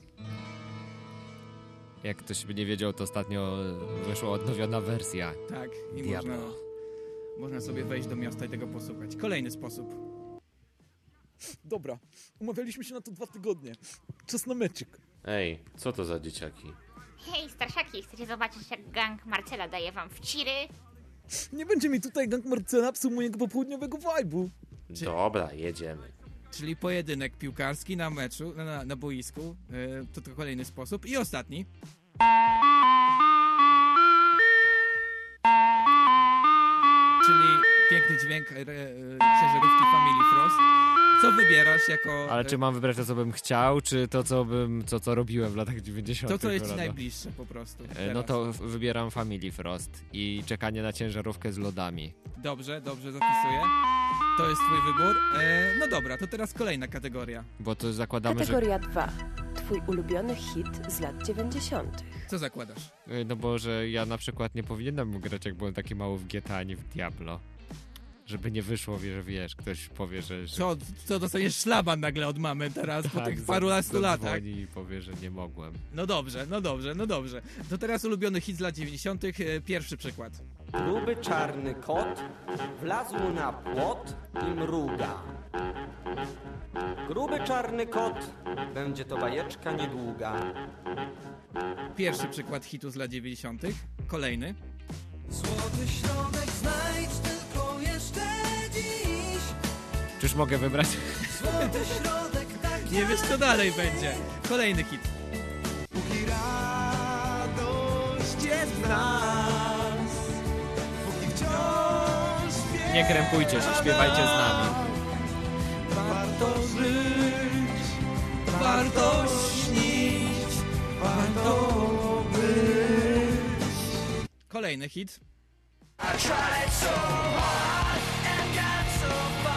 Jak ktoś by nie wiedział, to ostatnio wyszła odnowiona wersja. Tak. I Diablo. można, można sobie wejść do miasta i tego posłuchać. Kolejny sposób. Dobra, umawialiśmy się na to dwa tygodnie. Czas na meczyk. Ej, co to za dzieciaki? Hej, starszaki, chcecie zobaczyć, jak gang Marcela daje wam wciry? Nie będzie mi tutaj gang Marcela psuł mojego popołudniowego vibe'u. Czy- Dobra, jedziemy. Czyli pojedynek piłkarski na meczu, na, na boisku. E, to, to kolejny sposób. I ostatni. Czyli piękny dźwięk e, e, ciężarówki Family Frost. Co wybierasz jako... Ale e, czy mam wybrać to, co bym chciał, czy to, co bym, to, co robiłem w latach dziewięćdziesiątych? To, co jest ci Rado? najbliższe po prostu. E, Teraz. No to w- wybieram Family Frost i czekanie na ciężarówkę z lodami. Dobrze, dobrze, zapisuję. To jest twój wybór. E, no dobra, to teraz kolejna kategoria. Bo to zakładamy, że... Kategoria dwa. Twój ulubiony hit z lat dziewięćdziesiątych. Co zakładasz? E, No bo, że ja na przykład nie powinienem grać, jak byłem taki mały w G T A, nie w Diablo. Żeby nie wyszło, że wiesz, ktoś powie, że... że... Co, co dostaniesz szlaban nagle od mamy teraz po Tak, tych parunastu latach? zadzwoni i powie, że nie mogłem. No dobrze, no dobrze, no dobrze. To teraz ulubiony hit z lat dziewięćdziesiątych. E, Pierwszy przykład. Gruby czarny kot wlazł na płot i mruga. Gruby czarny kot, będzie to bajeczka niedługa. Pierwszy przykład hitu z lat dziewięćdziesiątych. Kolejny. Złoty środek znajdź tylko jeszcze dziś. Czyż mogę wybrać? Złoty środek tak Nie wiesz, co dalej będzie. Kolejny hit. Póki radość jest w nas, póki wciąż Nie krępujcie się, śpiewajcie z nami. warto żyć, warto śnić, warto być. Kolejny hit. I tried so hard and got so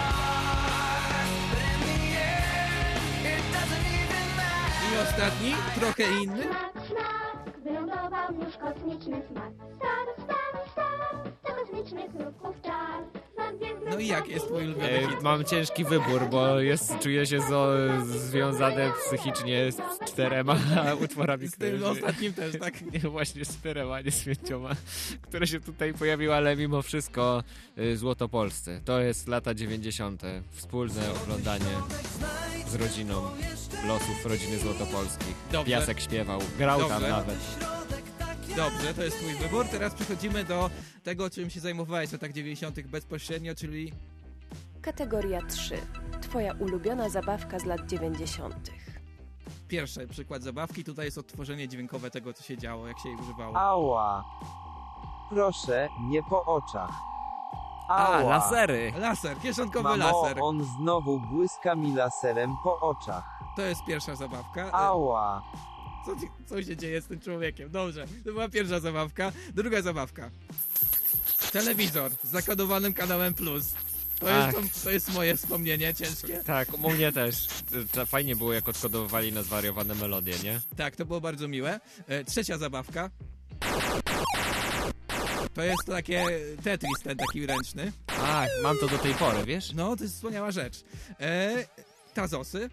far, but in the end, it doesn't even matter. I ostatni, trochę inny. Smak, smak, wylądował już kosmiczny smak. Star, star, star, to kosmiczny kruków czar. Mam gwiezdny No i jak jest twój ulubiony E, hit? mam ciężki wybór, bo jest, czuję się zo, związany psychicznie z czterema utworami, Z tym które- ostatnim też, tak? Nie, właśnie z czterema, nie z pięcioma, które się tutaj pojawiły, ale mimo wszystko y, Złotopolscy. To jest lata dziewięćdziesiąte. Wspólne oglądanie z rodziną losów rodziny Złotopolskich. Dobrze. Piasek śpiewał, grał tam Dobrze. nawet. Dobrze, to jest twój wybór. Teraz przechodzimy do tego, czym się zajmowałeś w latach dziewięćdziesiątych bezpośrednio, czyli Kategoria trzy. Twoja ulubiona zabawka z lat dziewięćdziesiątych. pierwszy przykład zabawki. Tutaj jest odtworzenie dźwiękowe tego, co się działo, jak się jej używało. Ała. Proszę, nie po oczach. A, Ała. lasery! Laser, kieszonkowy Mamo, laser. on znowu błyska mi laserem po oczach. To jest pierwsza zabawka. E, Ała. Co, ci- co się dzieje z tym człowiekiem? Dobrze, to była pierwsza zabawka. Druga zabawka. Telewizor z zakodowanym kanałem plus. To Ach. jest, to, to jest moje wspomnienie ciężkie. Tak, u mnie też. To fajnie było, jak odkodowali na zwariowane melodie, nie? Tak, to było bardzo miłe. E, trzecia zabawka. To jest takie Tetris, ten taki ręczny. Ach, mam to do tej pory, wiesz? No, to jest wspaniała rzecz. E, Tazosy.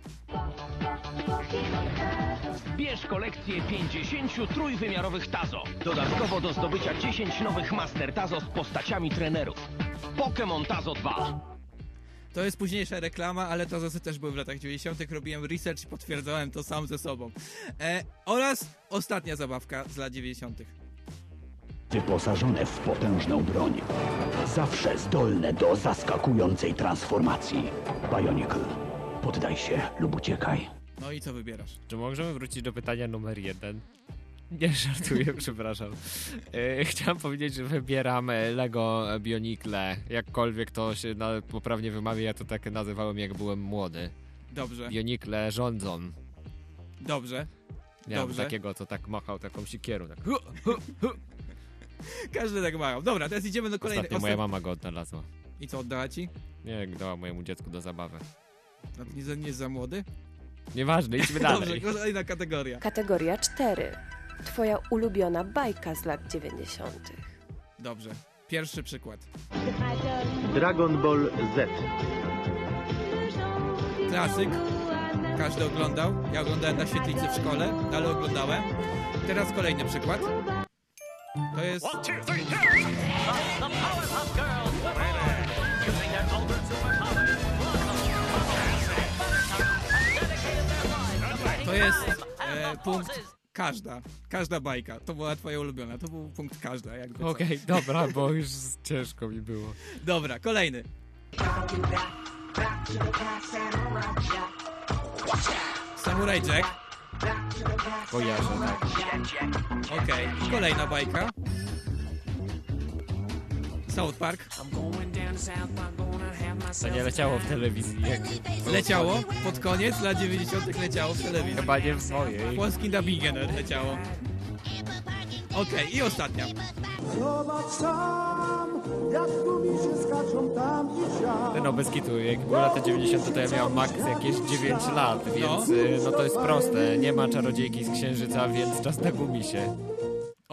Bierz kolekcję pięćdziesięciu trójwymiarowych Tazo. Dodatkowo do zdobycia dziesięć nowych Master Tazo z postaciami trenerów. Pokémon Tazo dwa. To jest późniejsza reklama, ale Tazosy też były w latach dziewięćdziesiątych. Robiłem research i potwierdzałem to sam ze sobą. E, oraz ostatnia zabawka z lat dziewięćdziesiątych. Wyposażone w potężną broń. Zawsze zdolne do zaskakującej transformacji. Bionicle. Poddaj się lub uciekaj. No i co wybierasz? Czy możemy wrócić do pytania numer jeden? Nie żartuję, przepraszam. E, chciałem powiedzieć, że wybieram e, Lego Bionicle. Jakkolwiek to się na, poprawnie wymawia, ja to tak nazywałem, jak byłem młody. Dobrze. Bionicle rządzą. Dobrze. Miałem Dobrze. takiego, co tak machał taką sikierą. Tak. Każdy tak mają. Dobra, teraz idziemy do kolejnej. Ostatnio moja mama go odnalazła. I co, oddała ci? Nie, dała mojemu dziecku do zabawy. No, nie, za- nie jest za młody? Nieważne, idźmy dalej. Dobrze, kolejna kategoria. Kategoria cztery. Twoja ulubiona bajka z lat dziewięćdziesiątych. Dobrze. Pierwszy przykład. Dragon Ball Z. Klasyk. Każdy oglądał. Ja oglądałem na świetlicy w szkole, ale oglądałem. Teraz kolejny przykład. To jest... To jest e, punkt każda. Każda bajka. To była twoja ulubiona. To był punkt każda. jakby co. Okej, dobra, bo już ciężko mi było. Dobra, kolejny. Samurai Jack. Kojarzę, tak. Okej, kolejna bajka. South Park. To nie leciało w telewizji. Jak... Leciało pod koniec lat dziewięćdziesiątych leciało w telewizji. Chyba nie w swojej. W polskim dubbingiem nawet leciało. Okej, i ostatnia. Zobacz sam, jak tu mi się skaczą tam i siam. No bez kitu, jak były lata dziewięćdziesiąte, to ja miałem max jakieś dziewięć lat, więc y, no to jest proste. Nie ma czarodziejki z księżyca, więc czas na gumisie.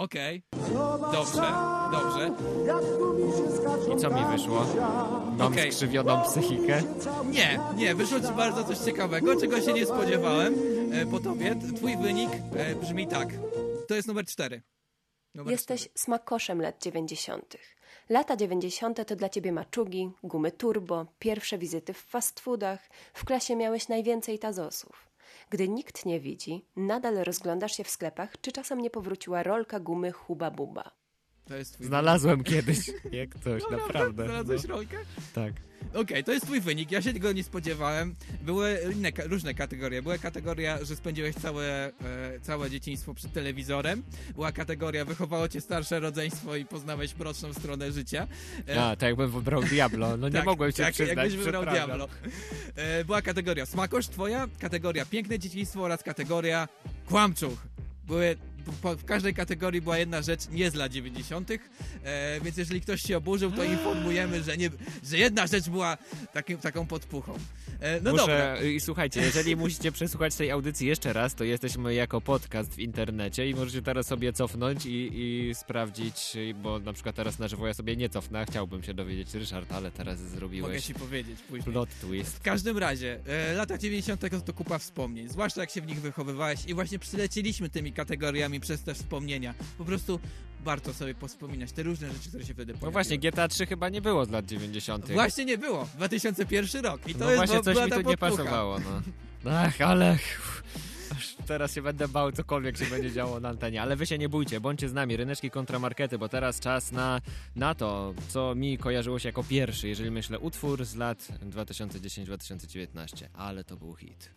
Okej. Dobrze, dobrze. I co mi wyszło? Mam Okej. skrzywioną psychikę? Nie, nie, wyszło ci bardzo coś ciekawego, czego się nie spodziewałem e, po tobie. Twój wynik e, brzmi tak. To jest numer cztery. Numer Jesteś smakoszem lat dziewięćdziesiątych. Lata dziewięćdziesiąte to dla ciebie maczugi, gumy turbo, pierwsze wizyty w fast foodach. W klasie miałeś najwięcej tazosów. Gdy nikt nie widzi, nadal rozglądasz się w sklepach, czy czasem nie powróciła rolka gumy Huba Buba. To jest twój Znalazłem kiedyś. Jak coś, Dobra, naprawdę. Znalazłeś no. rolkę? Tak. Okej, to jest twój wynik, ja się tego nie spodziewałem. Były inne, ka- różne kategorie. Była kategoria, że spędziłeś całe, e, całe dzieciństwo przed telewizorem. Była kategoria, wychowało cię starsze rodzeństwo i poznałeś mroczną stronę życia. E, A, tak jakbym wybrał Diablo. No nie tak, mogłem się tak, przyznać. jakbyś wybrał przepraszam. Diablo. E, była kategoria smakosz twoja, kategoria piękne dzieciństwo oraz kategoria kłamczuch. Były, po, w każdej kategorii była jedna rzecz nie z lat dziewięćdziesiątych, e, więc jeżeli ktoś się oburzył, to informujemy, że, nie, że jedna rzecz była takim, taką podpuchą. E, no Muszę, dobra. I słuchajcie, jeżeli musicie przesłuchać tej audycji jeszcze raz, to jesteśmy jako podcast w internecie i możecie teraz sobie cofnąć i, i sprawdzić, bo na przykład teraz na żywo ja sobie nie cofnę, a chciałbym się dowiedzieć, Ryszard, ale teraz zrobiłeś Mogę ci powiedzieć później. plot twist. W każdym razie, e, lata dziewięćdziesiąte to kupa wspomnień, zwłaszcza jak się w nich wychowywałeś i właśnie przylecieliśmy tymi kategoriami przez te wspomnienia. Po prostu warto sobie pospominać te różne rzeczy, które się wtedy pojawiły. No właśnie, G T A trzy chyba nie było z lat dziewięćdziesiątych. Właśnie nie było. dwa tysiące pierwszy rok. I to no jest, właśnie, bo, coś była mi ta tu nie podpucha. pasowało, no. Ach, ale... Aż teraz się będę bał, cokolwiek się będzie działo na antenie. Ale wy się nie bójcie, bądźcie z nami, ryneczki kontra markety, bo teraz czas na, na to, co mi kojarzyło się jako pierwszy, jeżeli myślę utwór z lat dwa tysiące dziesiąty do dwa tysiące dziewiętnastego. Ale to był hit.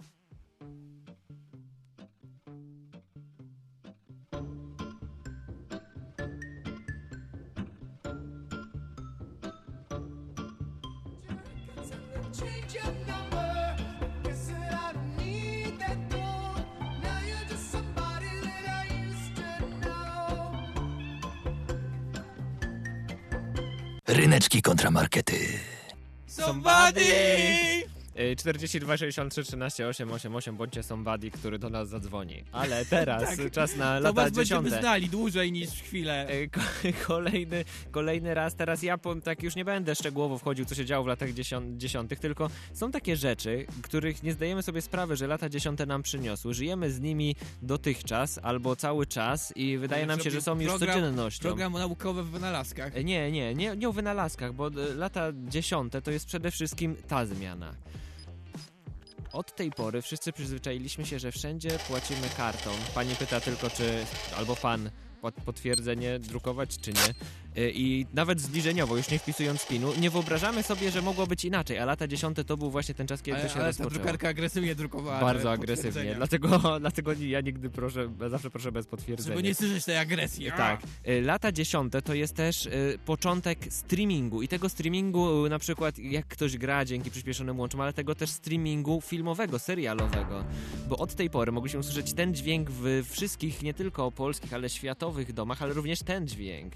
Ryneczki kontra markety. Somebody! czterdzieści dwa sześćdziesiąt trzy trzynaście osiem osiem osiem, bądźcie somebody, który do nas zadzwoni. Ale teraz Tak. czas na To lata was będziemy dziesiąte. znali dłużej niż chwilę. E, ko- Kolejny, kolejny raz, teraz ja powiem tak, już nie będę szczegółowo wchodził, co się działo w latach dziesiątych, tylko są takie rzeczy, których nie zdajemy sobie sprawy, że lata dziesiąte nam przyniosły. Żyjemy z nimi dotychczas, albo cały czas i wydaje nam się, że są już Program- codziennością. Program naukowy w wynalazkach. E, Nie, nie, nie, nie o wynalazkach, bo e, lata dziesiąte to jest przede wszystkim ta zmiana. Od tej pory wszyscy przyzwyczailiśmy się, że wszędzie płacimy kartą. Pani pyta tylko, czy, albo pan, pot- potwierdzenie drukować, czy nie. Y, I nawet zbliżeniowo, już nie wpisując pinu, nie wyobrażamy sobie, że mogło być inaczej, a lata dziesiąte to był właśnie ten czas, kiedy Ale, to się ale ta rozpoczęło. drukarka agresywnie drukowała. Bardzo te agresywnie, potwierdzenia. dlatego, dlatego ja nigdy proszę, zawsze proszę bez potwierdzenia. Żeby nie słyszeć tej agresji. Tak. Y, Lata dziesiąte to jest też y, początek streamingu i tego streamingu y, na przykład jak ktoś gra dzięki przyspieszonym łączom, ale tego też streamingu filmowego, serialowego. Bo od tej pory mogliśmy usłyszeć ten dźwięk w wszystkich, nie tylko polskich, ale światowych domach, ale również ten dźwięk.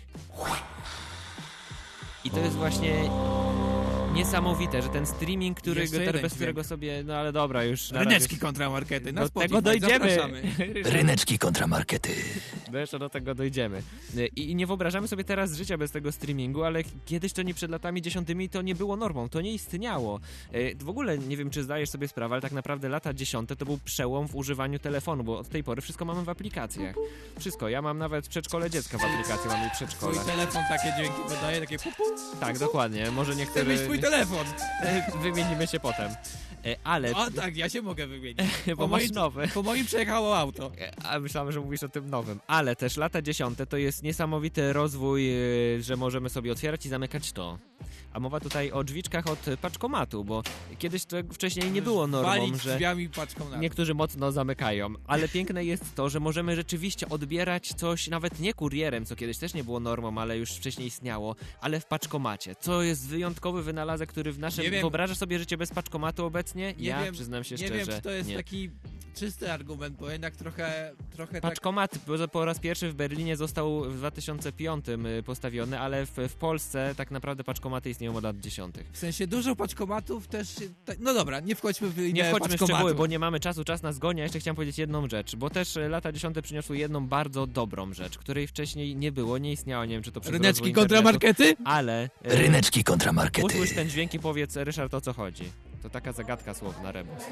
I to jest właśnie niesamowite, że ten streaming, który, Jeszcze ter, jeden bez którego dźwięk. sobie, no ale dobra, już... na Ryneczki razie- kontra markety. Na Do Spotify. tego dojdziemy. Zapraszamy. Ryneczki kontra markety. No jeszcze do tego dojdziemy. I, I nie wyobrażamy sobie teraz życia bez tego streamingu, ale kiedyś to nie przed latami dziesiątymi to nie było normą, to nie istniało. E, W ogóle nie wiem, czy zdajesz sobie sprawę, ale tak naprawdę lata dziesiąte to był przełom w używaniu telefonu, bo od tej pory wszystko mamy w aplikacjach. Wszystko. Ja mam nawet przedszkole dziecka w aplikacji, mam i przedszkole. Twój telefon takie dźwięki wydaje, takie pu, pu. Tak, dokładnie. Może Chcę niektóre... mieć twój telefon. Wymienimy się potem. E, Ale... O tak, ja się mogę wymienić. Bo masz moim, nowy. Po moim przejechało auto. A myślałem, że mówisz o tym nowym. Ale też lata dziesiąte to jest niesamowity rozwój, yy, że możemy sobie otwierać i zamykać to. A mowa tutaj o drzwiczkach od paczkomatu, bo kiedyś to wcześniej nie było normą, Walić że drzwiami paczką na niektórzy mocno zamykają. Ale piękne jest to, że możemy rzeczywiście odbierać coś nawet nie kurierem, co kiedyś też nie było normą, ale już wcześniej istniało, ale w paczkomacie. Co jest wyjątkowy wynalazek, który w naszym... Nie wiem. Wyobrażasz sobie życie bez paczkomatu obecnie? Nie ja wiem, przyznam się nie szczerze. wiem, czy to jest nie. taki czysty argument, bo jednak trochę, trochę tak... Paczkomat bo po raz pierwszy w Berlinie został w dwa tysiące piątym postawiony, ale w, w Polsce tak naprawdę paczkomaty istnieją od lat dziesiątych. W sensie dużo paczkomatów też... Tak, no dobra, nie wchodźmy w inne Nie wchodźmy w paczkomatu. szczegóły, bo nie mamy czasu, czas nas goni, a jeszcze chciałem powiedzieć jedną rzecz, bo też lata dziesiąte przyniosły jedną bardzo dobrą rzecz, której wcześniej nie było, nie istniała, nie wiem czy to przez Ryneczki rozwój kontra internetu, markety? ale... e, Ryneczki kontra markety. Usłysz ten dźwięk i powiedz, Ryszard, o co chodzi. To taka zagadka słowna, rebus.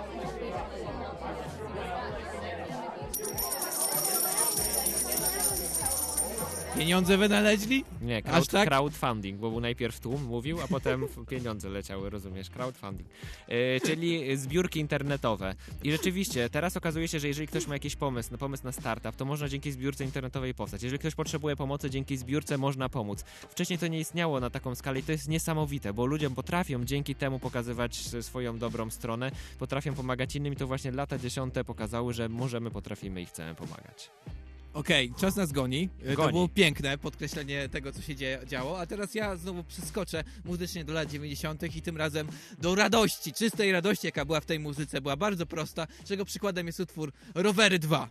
Pieniądze wynaleźli? Nie, Aż crowd, tak? crowdfunding, bo był najpierw tłum mówił, a potem pieniądze leciały, rozumiesz, crowdfunding. E, czyli zbiórki internetowe. I rzeczywiście, teraz okazuje się, że jeżeli ktoś ma jakiś pomysł, no pomysł na startup, to można dzięki zbiórce internetowej powstać. Jeżeli ktoś potrzebuje pomocy, dzięki zbiórce można pomóc. Wcześniej to nie istniało na taką skalę i to jest niesamowite, bo ludzie potrafią dzięki temu pokazywać swoją dobrą stronę, potrafią pomagać innym i to właśnie lata dziesiąte pokazały, że możemy, potrafimy i chcemy pomagać. Okej, okay, czas nas goni. goni. To było piękne podkreślenie tego, co się dzieje, działo, a teraz ja znowu przeskoczę muzycznie do lat dziewięćdziesiątych i tym razem do radości, czystej radości, jaka była w tej muzyce. Była bardzo prosta, czego przykładem jest utwór Rowery dwa.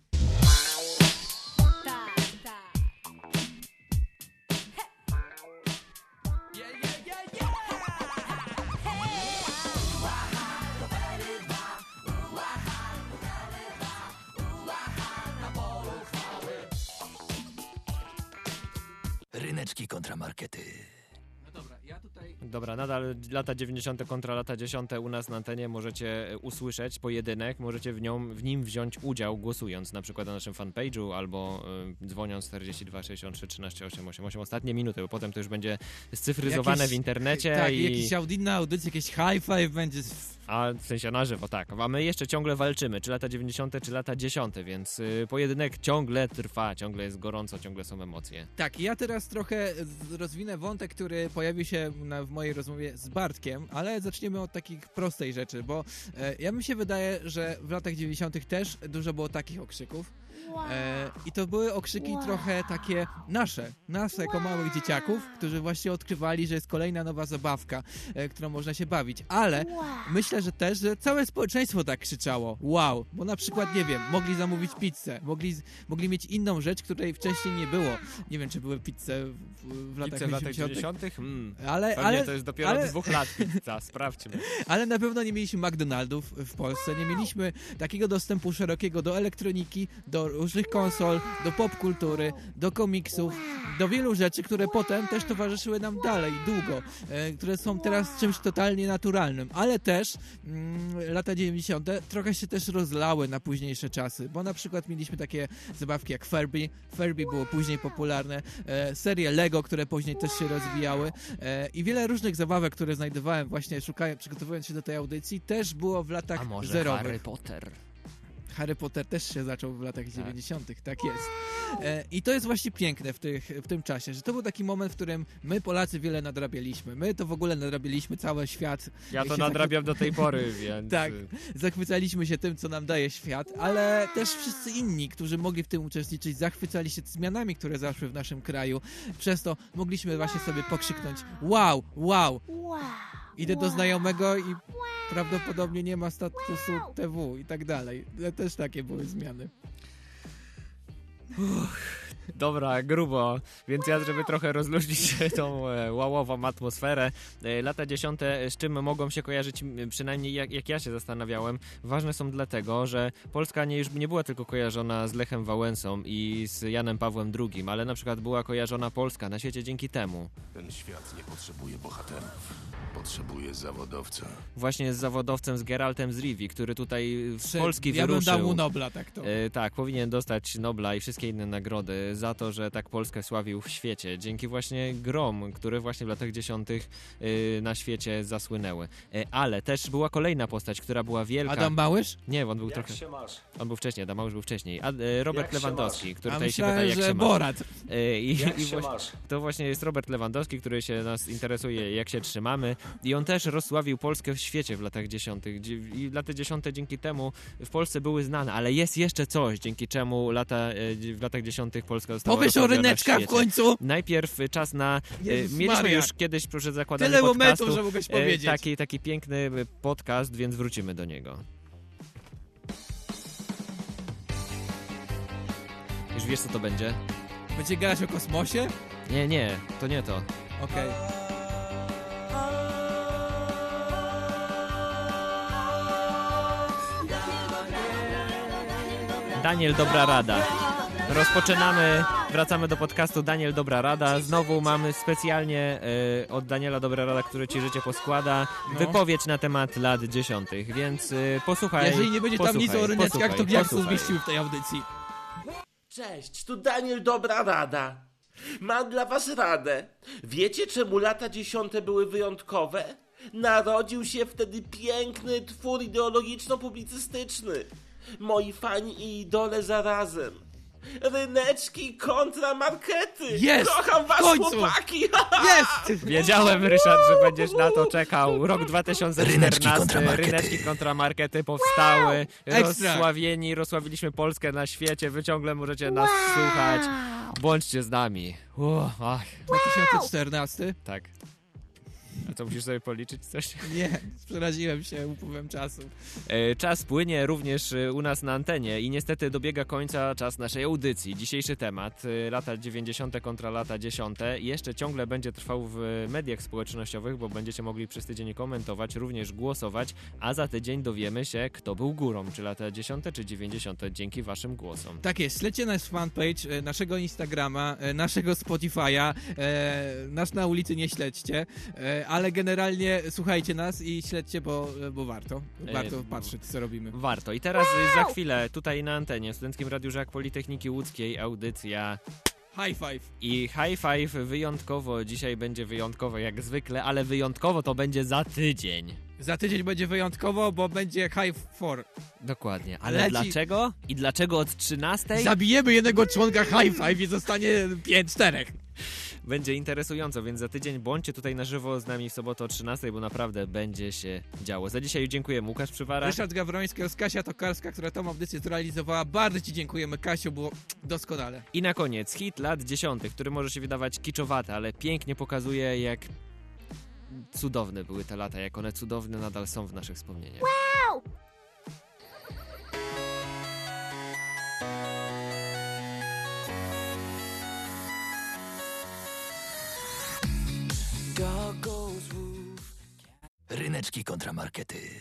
Ryneczki kontra markety. No dobra, ja tutaj... Dobra, nadal lata dziewięćdziesiąte kontra lata dziesiąte u nas na antenie możecie usłyszeć pojedynek, możecie w, nią, w nim wziąć udział głosując na przykład na naszym fanpage'u albo y, dzwoniąc czterdzieści dwa sześćdziesiąt trzy trzynaście osiemdziesiąt osiem ostatnie minuty, bo potem to już będzie scyfryzowane jakieś, w internecie. Tak, i jakiś inna audycja, jakieś hi-fi będzie... A w sensie na żywo, tak. A my jeszcze ciągle walczymy, czy lata dziewięćdziesiąte, czy lata dziesiąte, więc y, pojedynek ciągle trwa, ciągle jest gorąco, ciągle są emocje. Tak, ja teraz trochę rozwinę wątek, który pojawił się na, w mojej rozmowie z Bartkiem, ale zaczniemy od takich prostej rzeczy, bo e, ja mi się wydaje, że w latach dziewięćdziesiątych też dużo było takich okrzyków. E, I to były okrzyki wow. trochę takie nasze, nasze wow. jako małych dzieciaków, którzy właśnie odkrywali, że jest kolejna nowa zabawka, e, którą można się bawić. Ale wow. myślę, że też, że całe społeczeństwo tak krzyczało. Wow, bo na przykład, wow. nie wiem, mogli zamówić pizzę, mogli, mogli mieć inną rzecz, której wcześniej nie było. Nie wiem, czy były pizze w, w latach Pizze w latach dziewięćdziesiątych? Hmm. Ale, ale ale to jest dopiero ale, od dwóch lat pizza, sprawdźmy. Ale na pewno nie mieliśmy McDonaldów w Polsce, nie mieliśmy takiego dostępu szerokiego do elektroniki, do różnych konsol, do popkultury, do komiksów, do wielu rzeczy, które potem też towarzyszyły nam dalej, długo, e, które są teraz czymś totalnie naturalnym, ale też mm, lata dziewięćdziesiąte trochę się też rozlały na późniejsze czasy, bo na przykład mieliśmy takie zabawki jak Furby, Furby było później popularne, e, serie Lego, które później też się rozwijały e, i wiele różnych zabawek, które znajdowałem właśnie szukając, przygotowując się do tej audycji, też było w latach A może zerowych. Harry Potter? Harry Potter też się zaczął w latach dziewięćdziesiątych, tak jest. E, I to jest właśnie piękne w, tych, w tym czasie, że to był taki moment, w którym my Polacy wiele nadrabialiśmy. My to w ogóle nadrabialiśmy cały świat. Ja to nadrabiam zachwy... do tej pory, więc... Tak, zachwycaliśmy się tym, co nam daje świat, ale też wszyscy inni, którzy mogli w tym uczestniczyć, zachwycali się zmianami, które zaszły w naszym kraju. Przez to mogliśmy właśnie sobie pokrzyknąć wow, wow. wow. Idę do znajomego i prawdopodobnie nie ma statusu T W i tak dalej. Też takie były zmiany. Uch, dobra, grubo. Więc ja, żeby trochę rozluźnić tą e, wałową atmosferę, e, lata dziesiąte, z czym mogą się kojarzyć, przynajmniej jak, jak ja się zastanawiałem, ważne są dlatego, że Polska nie, już nie była tylko kojarzona z Lechem Wałęsą i z Janem Pawłem drugim, ale na przykład była kojarzona Polska na świecie dzięki temu. Ten świat nie potrzebuje bohaterów. Potrzebuje zawodowca. Właśnie z zawodowcem, z Geraltem z Rivii, który tutaj z Prze- Polski ja wyruszył. Ja bym dał mu Nobla, tak to. E, tak, powinien dostać Nobla i wszystkie inne nagrody za to, że tak Polskę sławił w świecie. Dzięki właśnie grom, które właśnie w latach dziesiątych e, na świecie zasłynęły. E, ale też była kolejna postać, która była wielka. Adam Małysz? Nie, on był jak trochę... się masz? On był wcześniej, Adam Małysz był wcześniej. A, e, Robert jak Lewandowski, który A tutaj myślałem, się pyta, jak że się Borat. masz. E, i, jak i się właśnie, masz? To właśnie jest Robert Lewandowski, który się nas interesuje, jak się trzymamy. I on też rozsławił Polskę w świecie w latach dziesiątych. I lata dziesiąte dzięki temu w Polsce były znane, ale jest jeszcze coś, dzięki czemu lata, w latach dziesiątych Polska została Powiesz o ryneczkach w końcu! Najpierw czas na... Jezus mieliśmy Maria. już kiedyś przed zakładaniem Tyle podcastu momentów, że mogłeś powiedzieć. taki, taki piękny podcast, więc wrócimy do niego. Już wiesz, co to będzie? Będzie grać o kosmosie? Nie, nie, to nie to. Okej. Daniel, dobra rada. Rozpoczynamy, wracamy do podcastu Daniel, dobra rada. Znowu mamy specjalnie y, od Daniela dobra rada, który ci życie poskłada, No. wypowiedź na temat lat dziesiątych, więc y, posłuchaj. Jeżeli nie będzie tam posłuchaj, nic o ryneczkach, to posłuchaj, jak to posłuchaj. zmieściły w tej audycji? Cześć, tu Daniel Dobra Rada. Mam dla was radę. Wiecie, czemu lata dziesiąte były wyjątkowe? Narodził się wtedy piękny twór ideologiczno-publicystyczny. Moi fani i idole zarazem. Ryneczki kontra markety. Jest! Kocham was, W końcu! chłopaki! Jest! Wiedziałem, Ryszard, że będziesz na to czekał. Rok dwa tysiące Ryneczki czternasty, kontra markety. ryneczki kontra markety powstały. Ekstra. Rozsławieni, rozsławiliśmy Polskę na świecie. Wy ciągle możecie nas słuchać. Bądźcie z nami. Uff, ach. dwa tysiące czternasty? Tak. A co, musisz sobie policzyć coś? Nie, przeraziłem się upływem czasu. E, Czas płynie również e, u nas na antenie i niestety dobiega końca czas naszej audycji. Dzisiejszy temat, e, lata dziewięćdziesiąte kontra lata dziesiąte, jeszcze ciągle będzie trwał w mediach społecznościowych, bo będziecie mogli przez tydzień komentować, również głosować, a za tydzień dowiemy się, kto był górą, czy lata dziesiąte, czy dziewięćdziesiąte, dzięki waszym głosom. Tak jest, śledźcie nasz fanpage, e, naszego Instagrama, e, naszego Spotify'a, e, nas na ulicy nie śledźcie, e, ale generalnie słuchajcie nas i śledźcie, bo, bo warto. Warto E, patrzeć, co robimy. Warto. I teraz e, za chwilę tutaj na antenie w Studenckim Radiu Żak Politechniki Łódzkiej audycja High five. I high five wyjątkowo dzisiaj będzie wyjątkowo jak zwykle, ale wyjątkowo to będzie za tydzień. Za tydzień będzie wyjątkowo, bo będzie High four. Dokładnie. Ale Leci- dlaczego? I dlaczego od trzynastej? Zabijemy jednego członka High five i zostanie pięć czterech. Będzie interesująco, więc za tydzień bądźcie tutaj na żywo z nami w sobotę o trzynastej, bo naprawdę będzie się działo. Za dzisiaj dziękujemy. Łukasz Przywara. Ryszard Gawroński oraz Kasia Tokarska, która tą audycję zrealizowała. Bardzo ci dziękujemy, Kasiu, było doskonale. I na koniec hit lat dziesiątych, który może się wydawać kiczowaty, ale pięknie pokazuje, jak cudowne były te lata, jak one cudowne nadal są w naszych wspomnieniach. Wow! Ryneczki kontra markety.